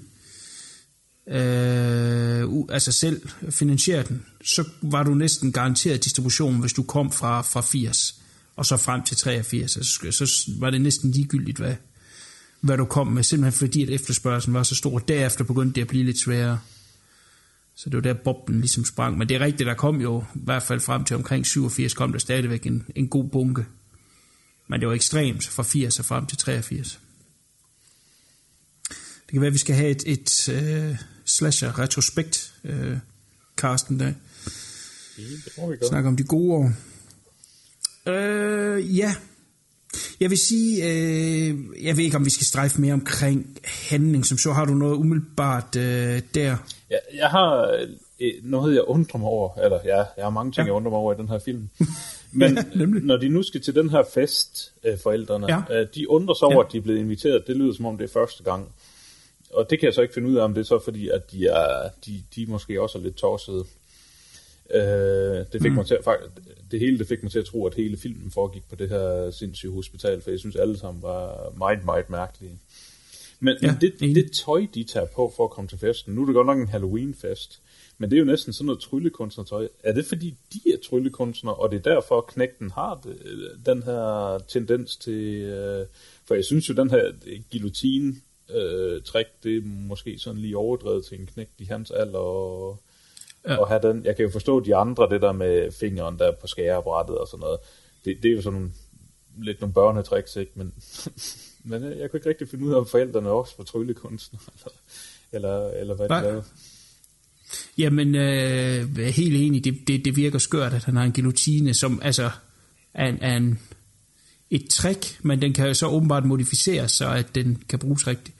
B: altså selv finansiere den, så var du næsten garanteret distribution, hvis du kom fra 80 og så frem til 83, så var det næsten ligegyldigt, hvad du kom med, simpelthen fordi at efterspørgselen var så stor. Derefter begyndte det at blive lidt sværere. Så det var der boblen ligesom sprang. Men det er rigtigt, der kom jo i hvert fald frem til omkring 87, kom der stadigvæk en god bunke. Men det var ekstremt fra 80 og frem til 83. Det kan være, at vi skal have et slasher retrospekt, Carsten, der. Snakke om de gode år. Ja. Jeg vil sige, jeg ved ikke, om vi skal strejfe mere omkring handling, som så har du noget umiddelbart der.
C: Ja, jeg har noget, jeg undrer mig over, eller ja, jeg har mange ting, jeg undrer mig over i den her film. Men når de nu skal til den her fest, forældrene, de undrer sig over, at de er blevet inviteret. Det lyder som om det er første gang. Og det kan jeg så ikke finde ud af, om det er så fordi, at de måske også er lidt tossede. Det fik mig til det fik mig til at tro, at hele filmen foregik på det her sindssyge hospital, for jeg synes alle sammen var meget, meget mærkelige. Men det tøj, de tager på for at komme til festen, nu er det godt nok en Halloween-fest, men det er jo næsten sådan noget tryllekunstnertøj. Er det fordi, de er tryllekunstnere, og det er derfor, knægten har den her tendens til... for jeg synes jo, den her guillotine-træk, det er måske sådan lige overdrevet til en knægt i hans alder, og have den. Jeg kan jo forstå de andre, det der med fingeren der på skærebrættet og sådan noget. Det er jo sådan lidt nogle børnetricks, ikke? Men jeg kunne ikke rigtig finde ud af, om forældrene også var tryllekunstnere, eller hvad de lavede.
B: Jamen, helt enig, det virker skørt, at han har en guillotine, som altså er et trick, men den kan jo så åbenbart modificeres, så at den kan bruges rigtigt.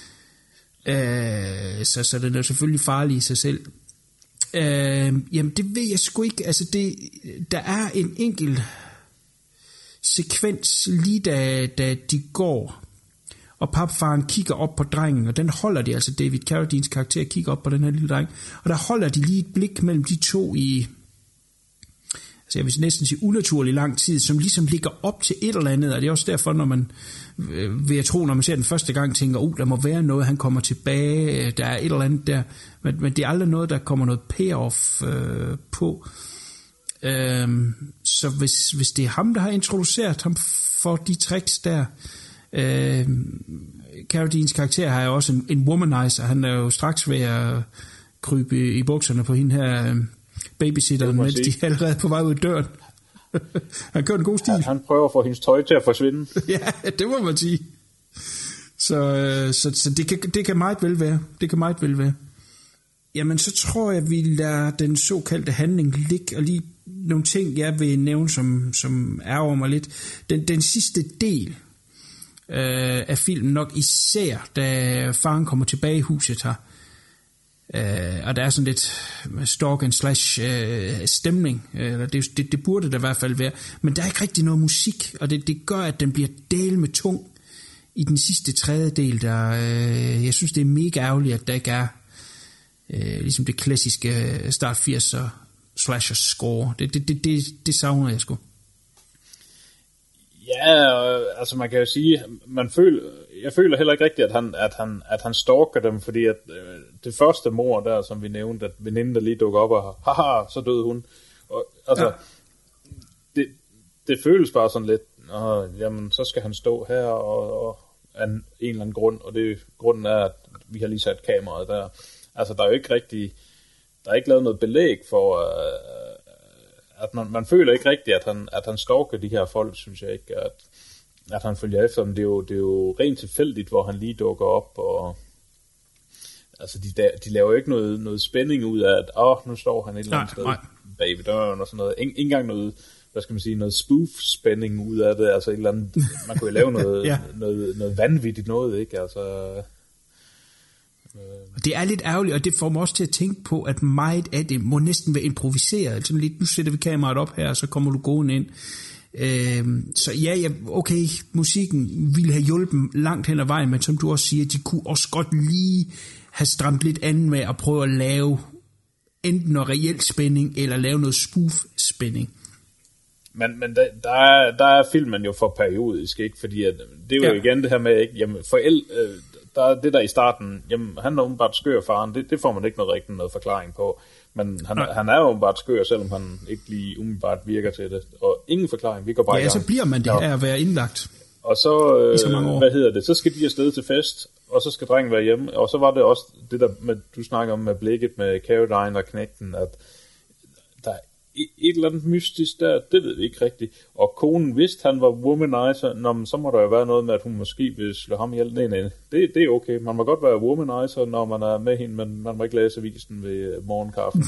B: Så den er selvfølgelig farlig i sig selv. Jamen det ved jeg sgu ikke. Altså der er en enkelt sekvens lige da de går, og papfaren kigger op på drengen, og den holder de, altså David Carradines karakter kigger op på den her lille dreng, og der holder de lige et blik mellem de to i, altså jeg vil næsten sige unaturlig lang tid, som ligesom ligger op til et eller andet, og det er også derfor, når man vil jeg tro, når man ser den første gang, tænker, der må være noget, han kommer tilbage, der er et eller andet der, men det er aldrig noget, der kommer noget payoff på. Så hvis det er ham, der har introduceret ham for de tricks der, Carradines karakter har jo også en womanizer, han er jo straks ved at krybe i bukserne på hende her babysitteren, mens de er allerede på vej ud af døren. Han kører en god stil.
C: Han prøver at få hendes tøj til at forsvinde.
B: Ja, det må man sige. Så det kan meget vel være. Det kan meget vel være. Jamen, så tror jeg, vi lader den såkaldte handling ligge, og lige nogle ting, jeg vil nævne, som ærger mig lidt. Den sidste del af filmen, nok især, da faren kommer tilbage i huset her, og der er sådan lidt stalk and slash stemning, eller det burde der i hvert fald være, men der er ikke rigtig noget musik, og det gør, at den bliver del med tung i den sidste tredjedel, der jeg synes det er mega ærgerligt, at der ikke er ligesom det klassiske start 80'er slasher score. Det savner jeg sgu.
C: Ja, altså man kan jo sige, jeg føler heller ikke rigtigt, at han stalker dem, fordi at det første mord der, som vi nævnte, at veninden der lige dukker op og haha, så døde hun. Og, altså, det føles bare sådan lidt, jamen så skal han stå her og af en eller anden grund, og grunden er, at vi har lige sat kameraet der. Altså der er jo ikke rigtig, der er ikke lavet noget belæg for, at man føler ikke rigtigt, at han stalker de her folk, synes jeg ikke, at han følger efter dem. Det er jo rent tilfældigt, hvor han lige dukker op, og altså de laver jo ikke noget spænding ud af, at nu står han et eller andet sted bag ved døren og sådan noget. Ikke engang noget, hvad skal man sige, noget spoof-spænding ud af det, altså et eller andet, man kunne jo lave noget, noget vanvittigt noget, ikke, altså.
B: Det er lidt ærgerligt, og det får mig også til at tænke på, at meget af det må næsten være improviseret. Altså lidt, nu sætter vi kameraet op her, og så kommer du gående ind. Så ja, okay, musikken ville have hjulpet langt hen ad vejen, men som du også siger, de kunne også godt lige have stramt lidt andet med at prøve at lave enten noget reelt spænding, eller lave noget spoof-spænding.
C: Men der er filmen jo for periodisk, ikke? Fordi at, det er jo igen det her med, ikke? Jamen, der er det der i starten, jamen, han er åbenbart skør, faren, det får man ikke noget forklaring på. Men han er jo åbenbart skør, selvom han ikke lige umiddelbart virker til det. Og ingen forklaring, vi går bare i gang.
B: Så bliver man det af at være indlagt.
C: Og så, så skal de afsted til fest, og så skal drengen være hjemme. Og så var det også det der, du snakker om med blikket med Caroline og knægten, at der er et eller andet mystisk der, det ved vi ikke rigtigt. Og konen vidste, han var womanizer, så må der jo være noget med, at hun måske vil slå ham ihjel. Nej, det er okay. Man må godt være womanizer, når man er med hende, men man må ikke læse avisen ved morgenkaffen.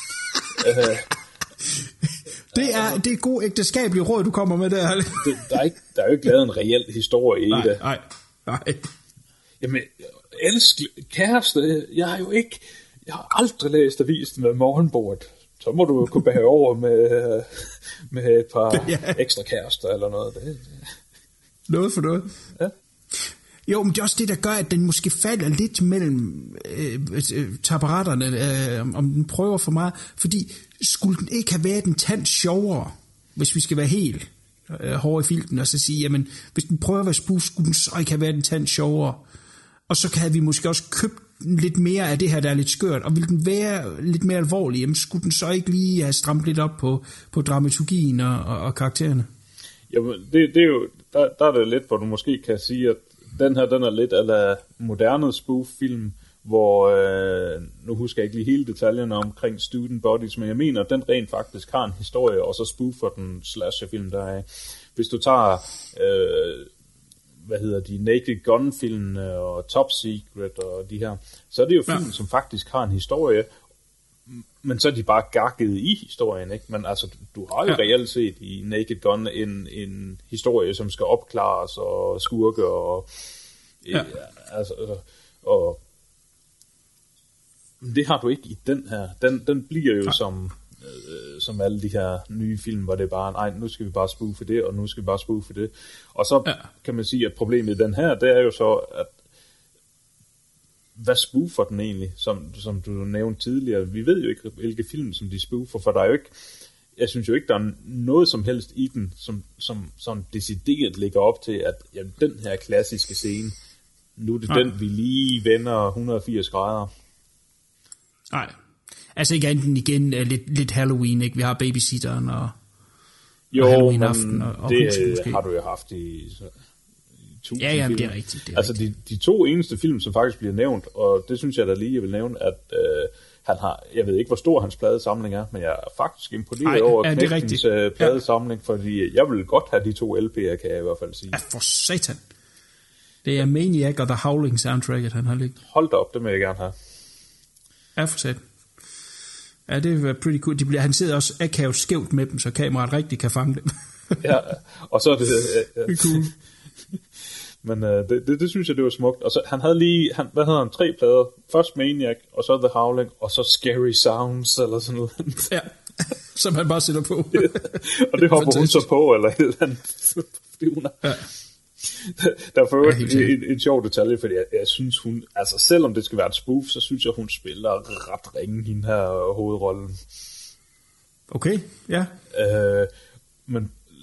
B: Det er god ægteskabelige råd, du kommer med der.
C: Der er jo ikke lavet en reel historie i det.
B: Nej.
C: Jamen, kæreste, jeg har aldrig læst avisen ved morgenbordet. Så må du kunne bære over med et par ekstra kærester eller noget.
B: Noget for noget.
C: Ja.
B: Jo, men det er også det, der gør, at den måske falder lidt mellem taburetterne, om den prøver for meget. Fordi skulle den ikke have været en tand sjovere, hvis vi skal være helt hårde i filten, og så sige, jamen, hvis den prøver at være spoof, skulle den så ikke have været en tand sjovere. Og så kan vi måske også købe lidt mere af det her, der er lidt skørt, og vil den være lidt mere alvorlig, jamen skulle den så ikke lige have stramt lidt op på dramaturgien og karaktererne?
C: Jamen, det er jo, der er det lidt, hvor du måske kan sige, at den er lidt af moderne spoof-film, hvor, nu husker jeg ikke lige hele detaljerne omkring Student Bodies, men jeg mener, at den rent faktisk har en historie, og så spoofer den slasher-film, der er. Hvis du tager Naked Gun-filmen og Top Secret og de her, så er det jo film, som faktisk har en historie, men så er de bare gakket i historien, ikke? Men altså, du har jo reelt set i Naked Gun en historie, som skal opklares og skurke og og det har du ikke i den her. Den bliver jo som alle de her nye film, hvor det er bare, nej, nu skal vi bare spoofe det, og nu skal vi bare spoofe det. Og så kan man sige, at problemet i den her, det er jo så, at hvad spoofer den egentlig, som du nævnte tidligere? Vi ved jo ikke, hvilke film, som de spoofer, for der er jo ikke, jeg synes jo ikke, der er noget som helst i den, som decideret ligger op til, at jamen, den her klassiske scene, nu er det den, vi lige vender 180 grader.
B: Nej. Altså ikke enten igen lidt Halloween, ikke? Vi har babysitteren og Halloween aften og
C: det
B: huset, måske.
C: Har du jo haft i tusind
B: ja,
C: film.
B: Det er rigtigt.
C: Altså de to eneste film, som faktisk bliver nævnt, og det synes jeg da lige, jeg vil nævne, at han har, jeg ved ikke, hvor stor hans pladesamling er, men jeg er faktisk imponeret over knægtens pladesamling, fordi jeg vil godt have de 2 LP'er, kan jeg i hvert fald sige.
B: Ja, for satan. Det er Maniac og The Howling soundtracket, han har ligget.
C: Hold da op, det vil jeg gerne have.
B: Ja, for satan. Ja, det var pretty cool. Han sidder også akavet skævt med dem, så kameraet rigtig kan fange dem.
C: Ja, og så er det...
B: Det er cool.
C: Men det synes jeg, det var smukt. Og så han havde lige, hvad hedder han, 3 plader. Først Maniac, og så The Howling, og så Scary Sounds, eller sådan noget.
B: Ja, som han bare sætter på.
C: Og det hopper hun så på, eller et eller andet. Fordi hun er... Ja. Der er for en sjov detalje, fordi jeg synes hun, altså selvom det skal være et spoof, så synes jeg hun spiller ret ringe, hende her hovedrollen.
B: Okay, ja.
C: Men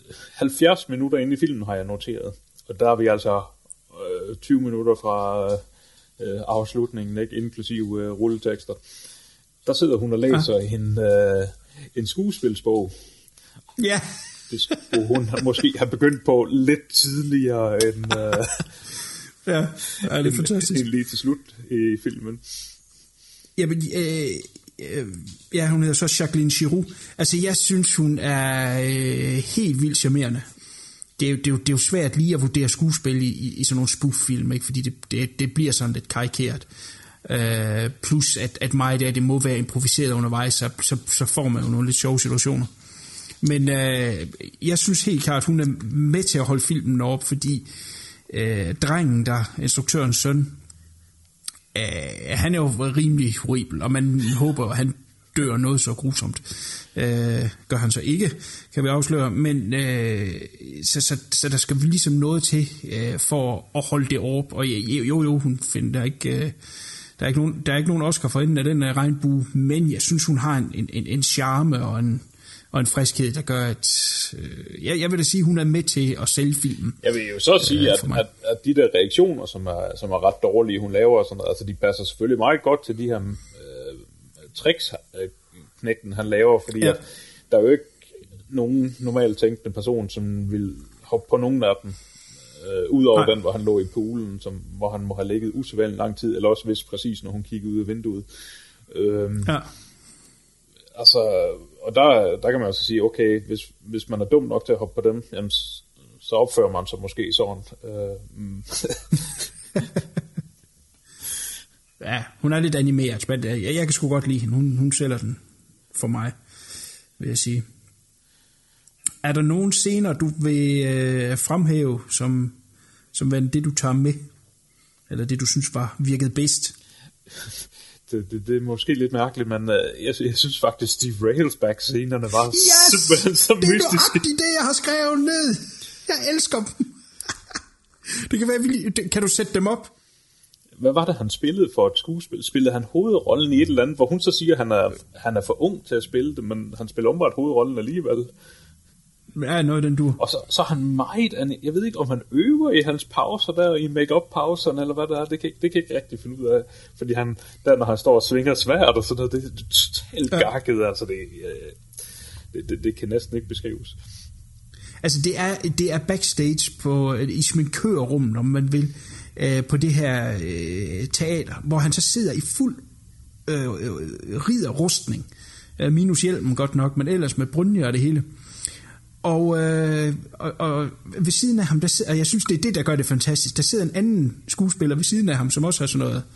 C: 70 minutter inde i filmen har jeg noteret. Og der er vi altså 20 minutter fra afslutningen, ikke? Inklusive rulletekster. Der sidder hun og læser en skuespilsbog.
B: Ja.
C: Det skulle hun måske have begyndt på lidt tidligere end...
B: ja, det er fantastisk.
C: Lige til slut i filmen.
B: Jamen, ja, hun hedder så Jacqueline Giroux. Altså, jeg synes, hun er helt vildt charmerende. Det er jo svært lige at vurdere skuespil i sådan nogle spoof-film, ikke? Fordi det bliver sådan lidt karikeret. Plus, at meget af det må være improviseret undervejs, så får man jo nogle lidt sjove situationer. Men jeg synes helt klart, at hun er med til at holde filmen op, fordi drengen, der instruktørens søn, han er jo rimelig horribel, og man håber, at han dør noget så grusomt. Gør han så ikke, kan vi afsløre, men så der skal ligesom noget til for at holde det op, og jo, hun finder ikke... Der er ikke nogen Oscar for enden af den regnbue, men jeg synes, hun har en charme og en friskhed, der gør, at jeg vil da sige, hun er med til at sælge filmen. Jeg vil jo så sige, at de der reaktioner, som er ret dårlige, hun laver, sådan noget, altså de passer selvfølgelig meget godt til de her tricks, knægten han laver, fordi at der er jo ikke nogen normalt tænkende person, som vil hoppe på nogen af dem, udover den, hvor han lå i poolen, hvor han må have ligget usædvanligt lang tid, eller også vidste præcis, når hun kiggede ud af vinduet. Altså, og der kan man altså sige, okay, hvis man er dum nok til at hoppe på dem, jamen, så opfører man sig måske sådan. Ja, hun er lidt animeret, men jeg kan sgu godt lide hende. Hun sælger den for mig, vil jeg sige. Er der nogle scener, du vil fremhæve, som det, du tager med? Eller det, du synes virkede bedst? Det er måske lidt mærkeligt, men jeg synes faktisk, Steve Railsback-scenerne var simpelthen så mystiske. Det er det, jeg har skrevet ned. Jeg elsker dem. Det kan være, kan du sætte dem op? Hvad var det, han spillede for et skuespil? Spillede han hovedrollen i et eller andet, hvor hun så siger, at han er for ung til at spille det, men han spiller umiddelbart hovedrollen alligevel. Ja, noget den du. Og så er han meget... Jeg ved ikke, om han øver i hans pauser der, i make-up-pauserne, eller hvad det er. Det kan jeg ikke rigtig finde ud af. Fordi han, der, når han står og svinger svært og sådan noget, det er totalt gakket. Altså, det kan næsten ikke beskrives. Altså, det er backstage i sminkørrummet, om man vil, på det her teater, hvor han så sidder i fuld ridderrustning. Minus hjelmen godt nok, men ellers med brynje og det hele. Og ved siden af ham, og jeg synes, det er det, der gør det fantastisk, der sidder en anden skuespiller ved siden af ham, som også har sådan noget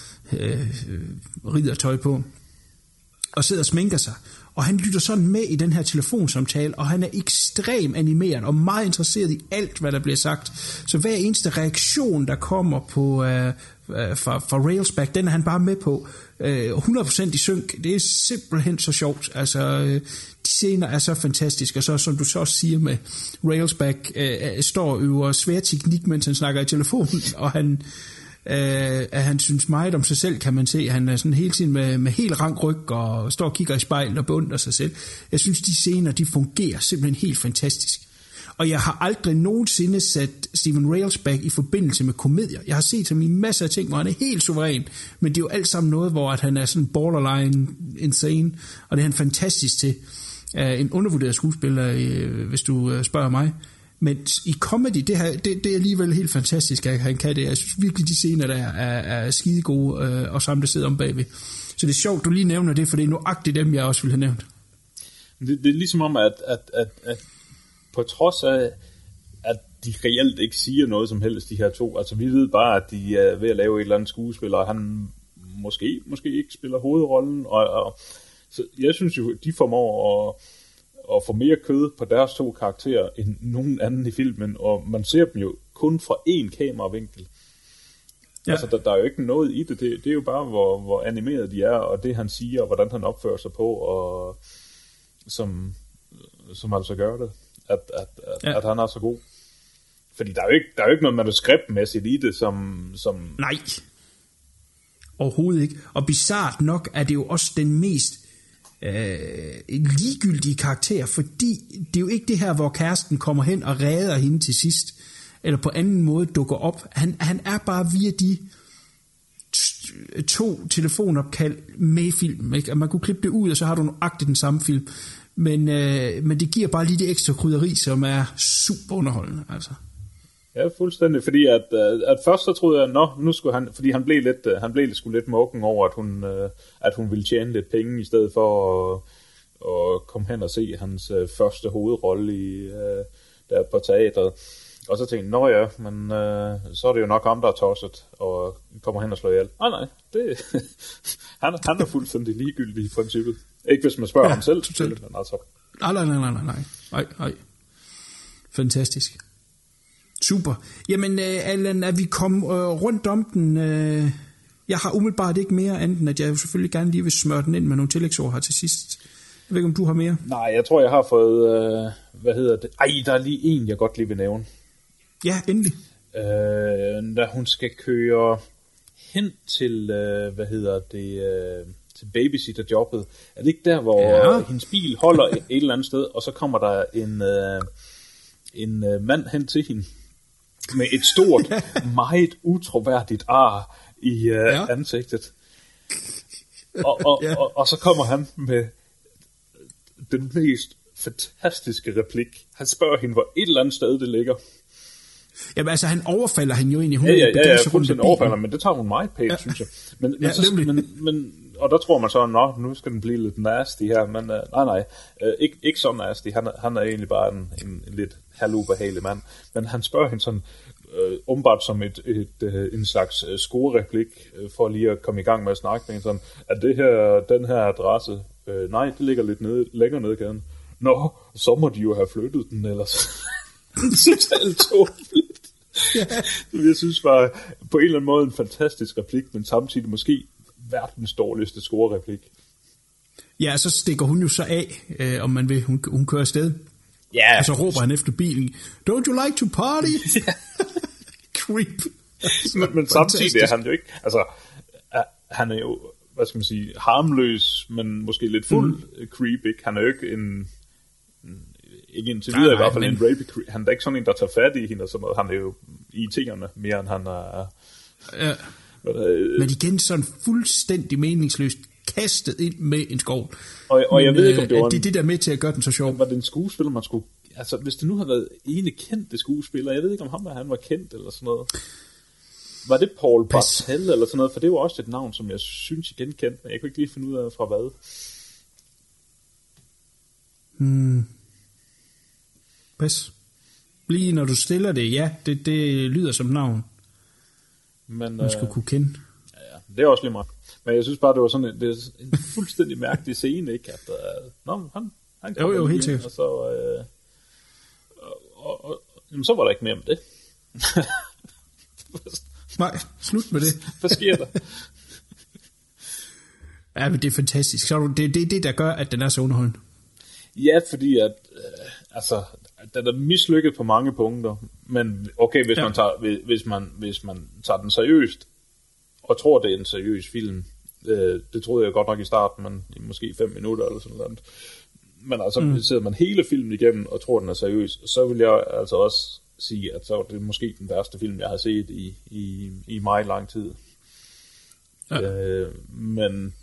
B: riddertøj på, og sidder og sminker sig. Og han lytter sådan med i den her telefonsamtale, og han er ekstremt animeret og meget interesseret i alt, hvad der bliver sagt. Så hver eneste reaktion, der kommer på fra Railsback, den er han bare med på. 100% i synk. Det er simpelthen så sjovt. Altså, de scener er så fantastiske, og så, som du så også siger med Railsback, står og øver svær teknik, mens han snakker i telefonen, og han synes meget om sig selv, kan man se. Han er sådan hele tiden med helt rank ryg, og står og kigger i spejlet og beundrer sig selv. Jeg synes, de scener, de fungerer simpelthen helt fantastisk. Og jeg har aldrig nogensinde sat Stephen Railsback i forbindelse med komedier. Jeg har set ham i masser af ting, hvor han er helt suveræn, men det er jo alt sammen noget, hvor at han er sådan borderline insane, og det er han fantastisk til. En undervurderet skuespiller, hvis du spørger mig. Men i comedy, det er alligevel helt fantastisk, at han kan det. Jeg synes virkelig, de scener der er skide gode, og sammen der sidder om bagved. Så det er sjovt, du lige nævner det, for det er nøjagtigt dem, jeg også ville have nævnt. Det er ligesom om, at på trods af, at de reelt ikke siger noget som helst, de her to. Altså, vi ved bare, at de er ved at lave et eller andet skuespil, og han måske ikke spiller hovedrollen. Og så jeg synes jo, de formår at få mere kød på deres to karakterer end nogen anden i filmen, og man ser dem jo kun fra én kameravinkel. Ja. Altså, der er jo ikke noget i det. Det er jo bare, hvor animeret de er, og det han siger, og hvordan han opfører sig på, og som altså gør det. At han er så god. Fordi der er jo ikke noget manuskriptmæssigt i det, som... Nej. Overhovedet ikke. Og bizarrt nok er det jo også den mest ligegyldige karakter, fordi det er jo ikke det her, hvor kæresten kommer hen og redder hende til sidst, eller på anden måde dukker op. Han er bare via de 2 telefonopkald med i film. Ikke? Man kunne klippe det ud, og så har du nøjagtigt den samme film. Men det giver bare lige det ekstra krydderi, som er super underholdende. Altså.
C: Ja, fuldstændig, fordi at først så troede jeg, nu skulle han, fordi han blev sgu lidt mukken over, at hun ville tjene lidt penge, i stedet for at komme hen og se hans første hovedrolle der på teatret. Og så tænkte jeg, men så er det jo nok ham, der er tosset, og kommer hen og slår ihjel. Nej, han er fuldstændig ligegyldig i princippet. Ikke hvis man spørger ham selv, men altså. Nej. Fantastisk. Super. Jamen, Allan, er vi kommet rundt om den? Jeg har umiddelbart ikke mere andet, end at jeg selvfølgelig gerne lige vil smøre den ind med nogle tillægsord her til sidst. Jeg ved ikke, om du har mere? Nej, jeg tror, jeg har fået, der er lige en, jeg godt lige vil nævne.
B: Ja, endelig.
C: Da hun skal køre hen til, til babysitterjobbet. Er det ikke der, hvor hendes bil holder et eller andet sted, og så kommer der en mand hen til hende med et stort, meget utroværdigt ar i ansigtet. Og så kommer han med den mest fantastiske replik. Han spørger hende, hvor et eller andet sted det ligger.
B: Jamen altså, han overfalder hende jo egentlig.
C: Ja, fuldstændig overfalder, men det tager hun meget pænt, synes jeg. Men og der tror man så, nu skal den blive lidt nasty her, men nej, ikke så nasty. Han er egentlig bare en lidt halvubehagelig mand. Men han spørger hende sådan, umiddelbart som en slags scorereplik, for lige at komme i gang med at snakke med hende sådan, at den her adresse, nej, det ligger lidt længere ned i gaden. Nå, så må de jo have flyttet den ellers. Totalt tåbeligt. Jeg synes var på en eller anden måde en fantastisk replik, men samtidig måske verdens dårligste scorereplik.
B: Ja, så stikker hun jo så af, om man vil. Hun kører afsted.
C: Ja.
B: Og så råber han efter bilen, don't you like to party? Creep.
C: Men samtidig er han jo ikke, altså, han er jo, hvad skal man sige, harmløs, men måske lidt fuld creep, ikke? Han er jo ikke ikke indtil videre i hvert fald en rape creep. Han er ikke sådan en, der tager fat i hende og sådan noget. Han er jo i tingerne mere, end han er.
B: Ja. Men igen sådan fuldstændig meningsløst kastet ind med en skovl.
C: Og jeg ved ikke, om det var
B: det er det der med til at gøre den så sjov.
C: Var det en skuespiller, man skulle... Altså, hvis det nu havde været ene kendte skuespiller, jeg ved ikke, om han var kendt eller sådan noget. Var det Paul Bartel eller sådan noget? For det var også et navn, som jeg synes, jeg genkendte, men jeg kunne ikke lige finde ud af fra hvad.
B: Pas. Lige når du stiller det, ja, det lyder som navn. Men, man skulle kunne kende.
C: Ja, det er også lige meget. Men jeg synes bare, det var sådan det er en fuldstændig mærkelig scene, ikke? At, han kom
B: jo, helt sikkert.
C: Og så, jamen, så var der ikke mere med det.
B: Nej, slut med det.
C: Hvad sker der?
B: Ja, men det er fantastisk. Så det er det, der gør, at den er så underholdende.
C: Ja, fordi at, den er mislykket på mange punkter. Men okay, hvis man tager den seriøst, og tror, det er en seriøs film, det troede jeg godt nok i starten, men måske 5 minutter eller sådan noget. Men altså, sidder man hele filmen igennem og tror, den er seriøs, så vil jeg altså også sige, at så er det måske den værste film, jeg har set i meget lang tid. Ja. Men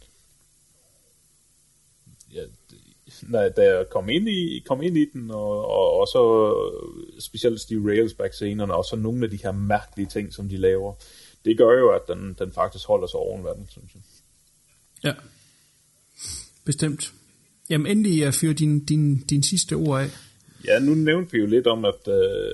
C: ja, da jeg kom ind i den, og så specielt Steve Railsback-scenerne, og så nogle af de her mærkelige ting, som de laver, det gør jo, at den faktisk holder sig oven vandet, synes jeg.
B: Ja, bestemt. Jamen endelig, jeg fyrer din sidste ord af.
C: Ja, nu nævnte vi jo lidt om, at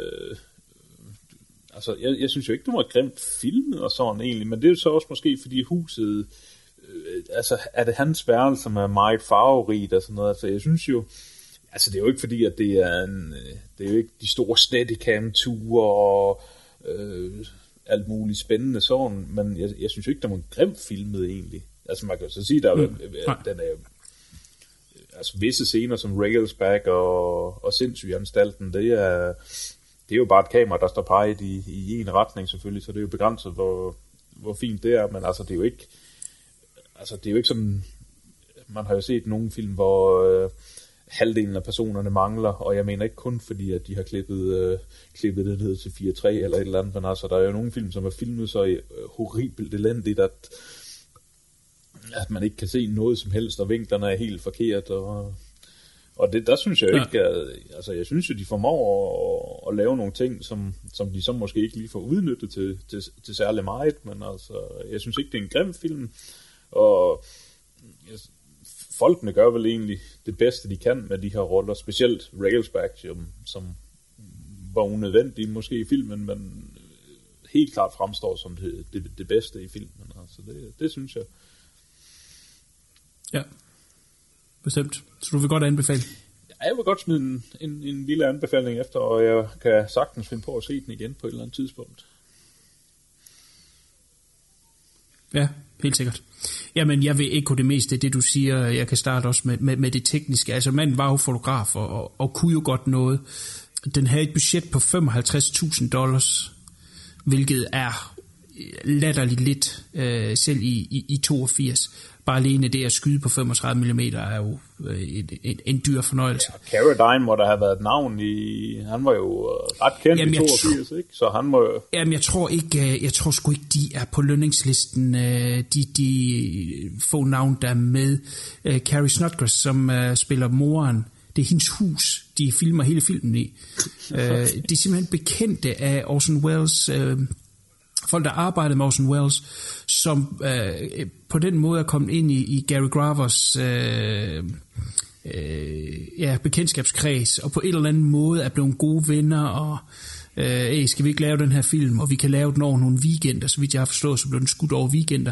C: jeg synes jo ikke, du var grimt filmet og sådan egentlig, men det er jo så også måske, fordi huset, er det hans værelse, som er meget farverigt og sådan noget, altså jeg synes jo, altså det er jo ikke fordi, at det er det er jo ikke de store Steadicam-ture og alt muligt spændende sådan, men jeg synes jo ikke, der var grimt filmet egentlig. Altså man kan så sige, der den er altså visse scener som Railsback og Sindssygeanstalten, det er jo bare et kamera, der står peget i en retning selvfølgelig, så det er jo begrænset, hvor fint det er, men altså det er jo ikke sådan man har jo set nogle film, hvor halvdelen af personerne mangler, og jeg mener ikke kun fordi, at de har klippet det ned til 4:3 eller et eller andet, men altså, der er jo nogle film, som er filmet så horribelt elendigt, at man ikke kan se noget som helst, og vinklerne er helt forkert, og det, der synes jeg ikke, altså jeg synes jo, de formår at lave nogle ting, som de så måske ikke lige får udnyttet til særlig meget, men altså, jeg synes ikke, det er en grim film, og folkene gør vel egentlig det bedste, de kan med de her roller, specielt Railsback, som var unødvendig måske i filmen, men helt klart fremstår som det bedste i filmen, altså det synes jeg.
B: Ja, bestemt. Så du vil godt anbefale?
C: Ja, jeg vil godt smide en lille anbefaling efter, og jeg kan sagtens finde på at se den igen på et eller andet tidspunkt.
B: Ja, helt sikkert. Jamen, jeg vil ikke det meste af det, du siger. Jeg kan starte også med det tekniske. Altså, manden var jo fotograf og kunne jo godt noget. Den havde et budget på $55,000, hvilket er latterligt lidt, selv i 82. Bare alene det at skyde på 35 mm er jo en dyr fornøjelse.
C: Ja, Carradine må der have været et navn i. Han var jo ret kendt i 82, ikke? Så han må jo...
B: Jamen, jeg tror sgu ikke, de er på lønningslisten. De få navn, der er med. Carrie Snodgrass, som spiller moren. Det er hendes hus, de filmer hele filmen i. De er simpelthen bekendte af Orson Welles... folk, der arbejdede med Orson Welles, som på den måde er kommet ind i Gary Gravers bekendtskabskreds, og på en eller anden måde er blevet gode venner, og skal vi ikke lave den her film, og vi kan lave den over nogle weekender, så vidt jeg har forstået, så blev den skudt over weekender.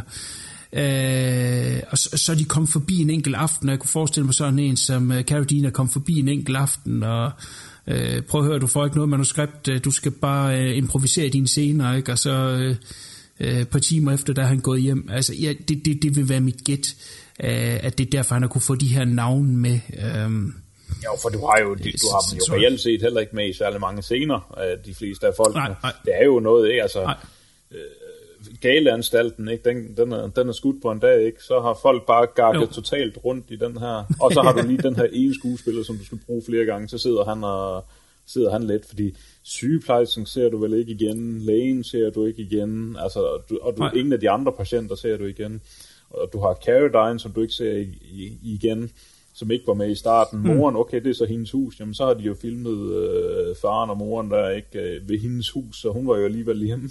B: Og så er de kommet forbi en enkelt aften, og jeg kunne forestille mig sådan en som Carradine er kommet forbi en enkelt aften, og prøv at høre, du får ikke noget manuskript, du skal bare improvisere dine scener, ikke? Og så et par timer efter, der er han gået hjem. Altså, ja, det vil være mit gæt, at det er derfor, han har kunne få de her navne med.
C: Ja, for du har dem jo reelt set heller ikke med i særlig mange scener, de fleste af folkene. Nej. Det er jo noget, ikke? Altså, Galeanstalten, ikke? Den er skudt på en dag, ikke? Så har folk bare gakket totalt rundt i den her, og så har du lige den her ene skuespiller, som du skal bruge flere gange, så sidder han lidt, fordi sygeplejersken ser du vel ikke igen, lægen ser du ikke igen, altså, ingen af de andre patienter ser du igen, og du har Carradine, som du ikke ser igen, som ikke var med i starten. Moren, okay, det er så hendes hus, jamen så har de jo filmet faren og moren der, ikke, ved hendes hus, så hun var jo alligevel hjemme.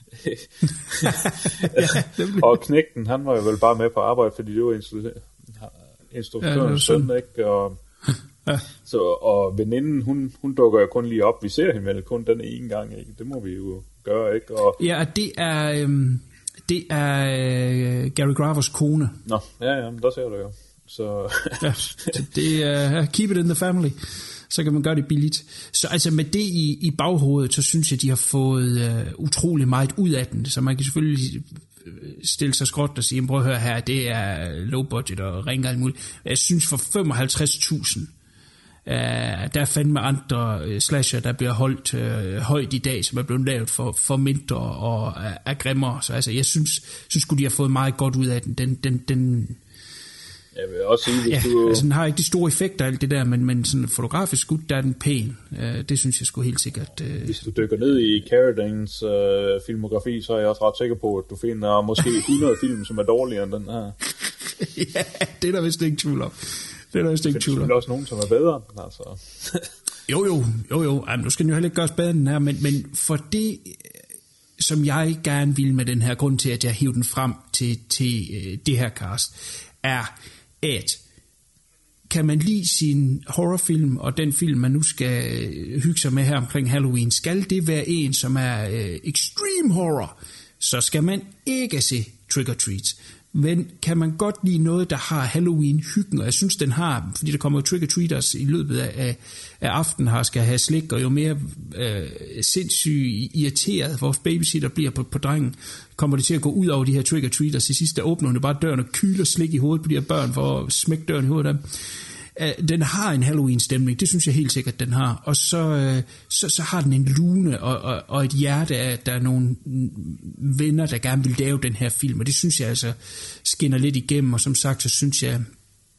C: Og knægten, han var jo vel bare med på arbejde, fordi det var instruktørens søn, ikke? Og veninden, hun dukker jo kun lige op. Vi ser hende vel kun den ene gang, ikke? Det må vi jo gøre, ikke? Og
B: ja, det er Gary Gravers kone.
C: Nå, ja, der ser du jo. Så
B: det er keep it in the family. Så kan man gøre det billigt. Så altså med det i baghovedet, så synes jeg, de har fået utrolig meget ud af den. Så man kan selvfølgelig stille sig skråt og sige, prøv at høre her, det er low budget og ringer alt muligt. Jeg synes for 55.000, der er fandme andre slasher, der bliver holdt højt i dag, som er blevet lavet for mindre og er grimmere. Så altså, jeg synes de har fået meget godt ud af den.
C: Jeg vil også sige,
B: altså den har ikke de store effekter alt det der, men sådan fotografisk ud, der er den pæn. Det synes jeg sgu helt sikkert.
C: Hvis du dykker ned i Carradines filmografi, så er jeg også ret sikker på, at du finder måske 100 film, som er dårligere end den her.
B: Ja, det er der vist ikke tvivl om. Det er der vist ikke tvivl om.
C: Der er også nogen, som er bedre. Altså.
B: Jo. Jamen, nu skal den jo heller ikke gøres bedre end den her, men for det, som jeg gerne vil med den her grund til, at jeg hiver den frem til det her cast, er, at kan man lide sin horrorfilm og den film, man nu skal hygge sig med her omkring Halloween, skal det være en, som er extreme horror, så skal man ikke se Trick or Treat. Men kan man godt lide noget, der har Halloween-hyggen, og jeg synes, den har, fordi der kommer Trick or Treaters i løbet af aftenen her, skal have slik, og jo mere sindssygt irriteret vores babysitter bliver på drengen, kommer det til at gå ud over de her Trick or Treaters. I sidste åbner hun bare døren og kyler slik i hovedet på de her børn, for at smække døren i hovedet af dem. Den har en Halloween-stemning, det synes jeg helt sikkert, den har. Og så har den en lune og et hjerte af, at der er nogle venner, der gerne vil lave den her film, og det synes jeg altså skinner lidt igennem, og som sagt, så synes jeg,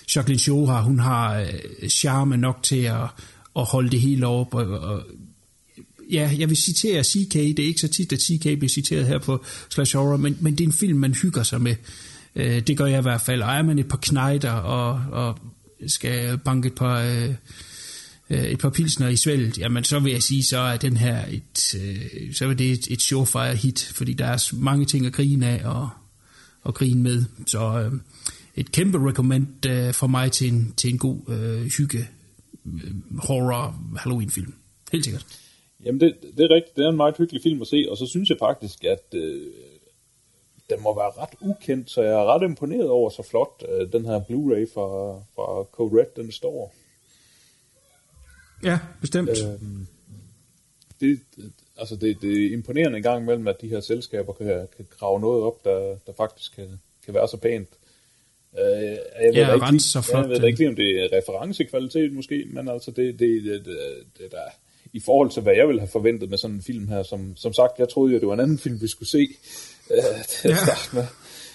B: Jacqueline Choha, hun har charme nok til at holde det hele op. Og ja, jeg vil citere CK. Det er ikke så tit, at CK bliver citeret her på Slash Horror, men det er en film, man hygger sig med. Det gør jeg i hvert fald. Og er man et par knejder og skal banke et par pilsner i svælget, jamen så vil jeg sige, så er den her så er det et surefire hit, fordi der er mange ting at grine af og grine med. Så et kæmpe recommend for mig til en god hygge horror Halloween-film. Helt sikkert.
C: Jamen det er rigtigt. Det er en meget hyggelig film at se, og så synes jeg faktisk, at den må være ret ukendt, så jeg er ret imponeret over så flot den her Blu-ray fra Code Red, den står.
B: Ja, bestemt.
C: Det er imponerende en gang imellem, at de her selskaber kan grave noget op, der faktisk kan være så pænt. Jeg ved ikke lige, om det er referencekvalitet måske, men altså det der i forhold til, hvad jeg ville have forventet med sådan en film her, som sagt, jeg troede jo, det var en anden film, vi skulle se til at starte med.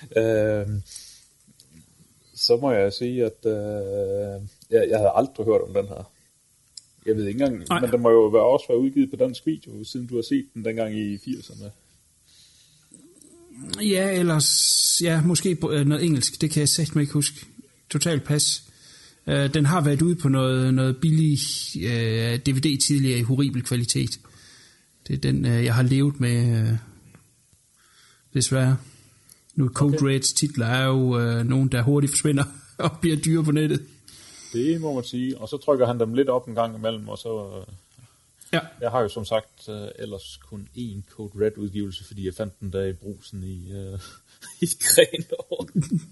C: Så må jeg sige, at jeg havde aldrig hørt om den her. Jeg ved ikke engang, men den må jo også være udgivet på dansk video, siden du har set den dengang i 80'erne.
B: Ja, ellers, måske på noget engelsk, det kan jeg sætte mig ikke huske. Totalt pas. Den har været ude på noget billig DVD tidligere i horribel kvalitet. Det er den, jeg har levet med, desværre. Nu Code Reds titler er jo nogen, der hurtigt forsvinder og bliver dyre på nettet.
C: Det må man sige. Og så trykker han dem lidt op en gang imellem, og så...
B: Ja. Jeg
C: har jo som sagt ellers kun én Code Red udgivelse, fordi jeg fandt den der i Brugsen i Grenaa.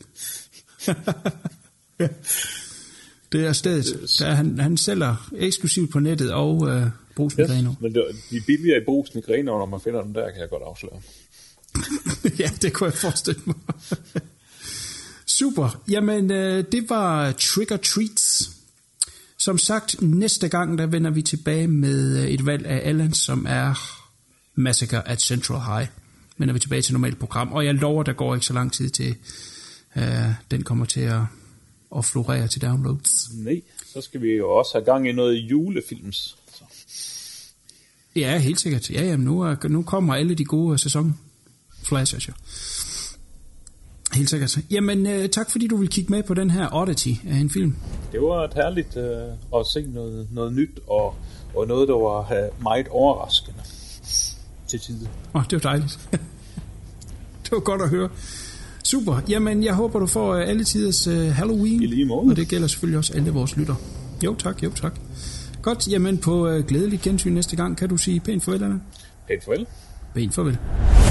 B: Ja. Det er stedet. Han sælger eksklusivt på nettet og Brugsen i Grenaa.
C: Men de er billigere i Brugsen i Grenaa, når man finder dem der, kan jeg godt afsløre.
B: Ja, det kunne jeg forestille mig. Super. Jamen, det var Trick or Treats. Som sagt, næste gang, der vender vi tilbage med et valg af Allan, som er Massacre at Central High. Vender vi tilbage til normalt program. Og jeg lover, der går ikke så lang tid til, den kommer til at florere til downloads.
C: Nej, så skal vi jo også have gang i noget julefilms. Så.
B: Ja, helt sikkert. Ja, jamen, nu kommer alle de gode sæson-flashes jo. Helt sikkert. Jamen, tak fordi du vil kigge med på den her oddity af en film.
C: Det var et herligt at se noget nyt, og noget, der var meget overraskende til tider.
B: Det var dejligt. Det var godt at høre. Super. Jamen, jeg håber, du får alle tiders Halloween.
C: I lige måde.
B: Og det gælder selvfølgelig også alle vores lytter. Jo tak. Godt, jamen på glædeligt gensyn næste gang. Kan du sige pænt farvel, Anna?
C: Pænt farvel.
B: Pænt farvel.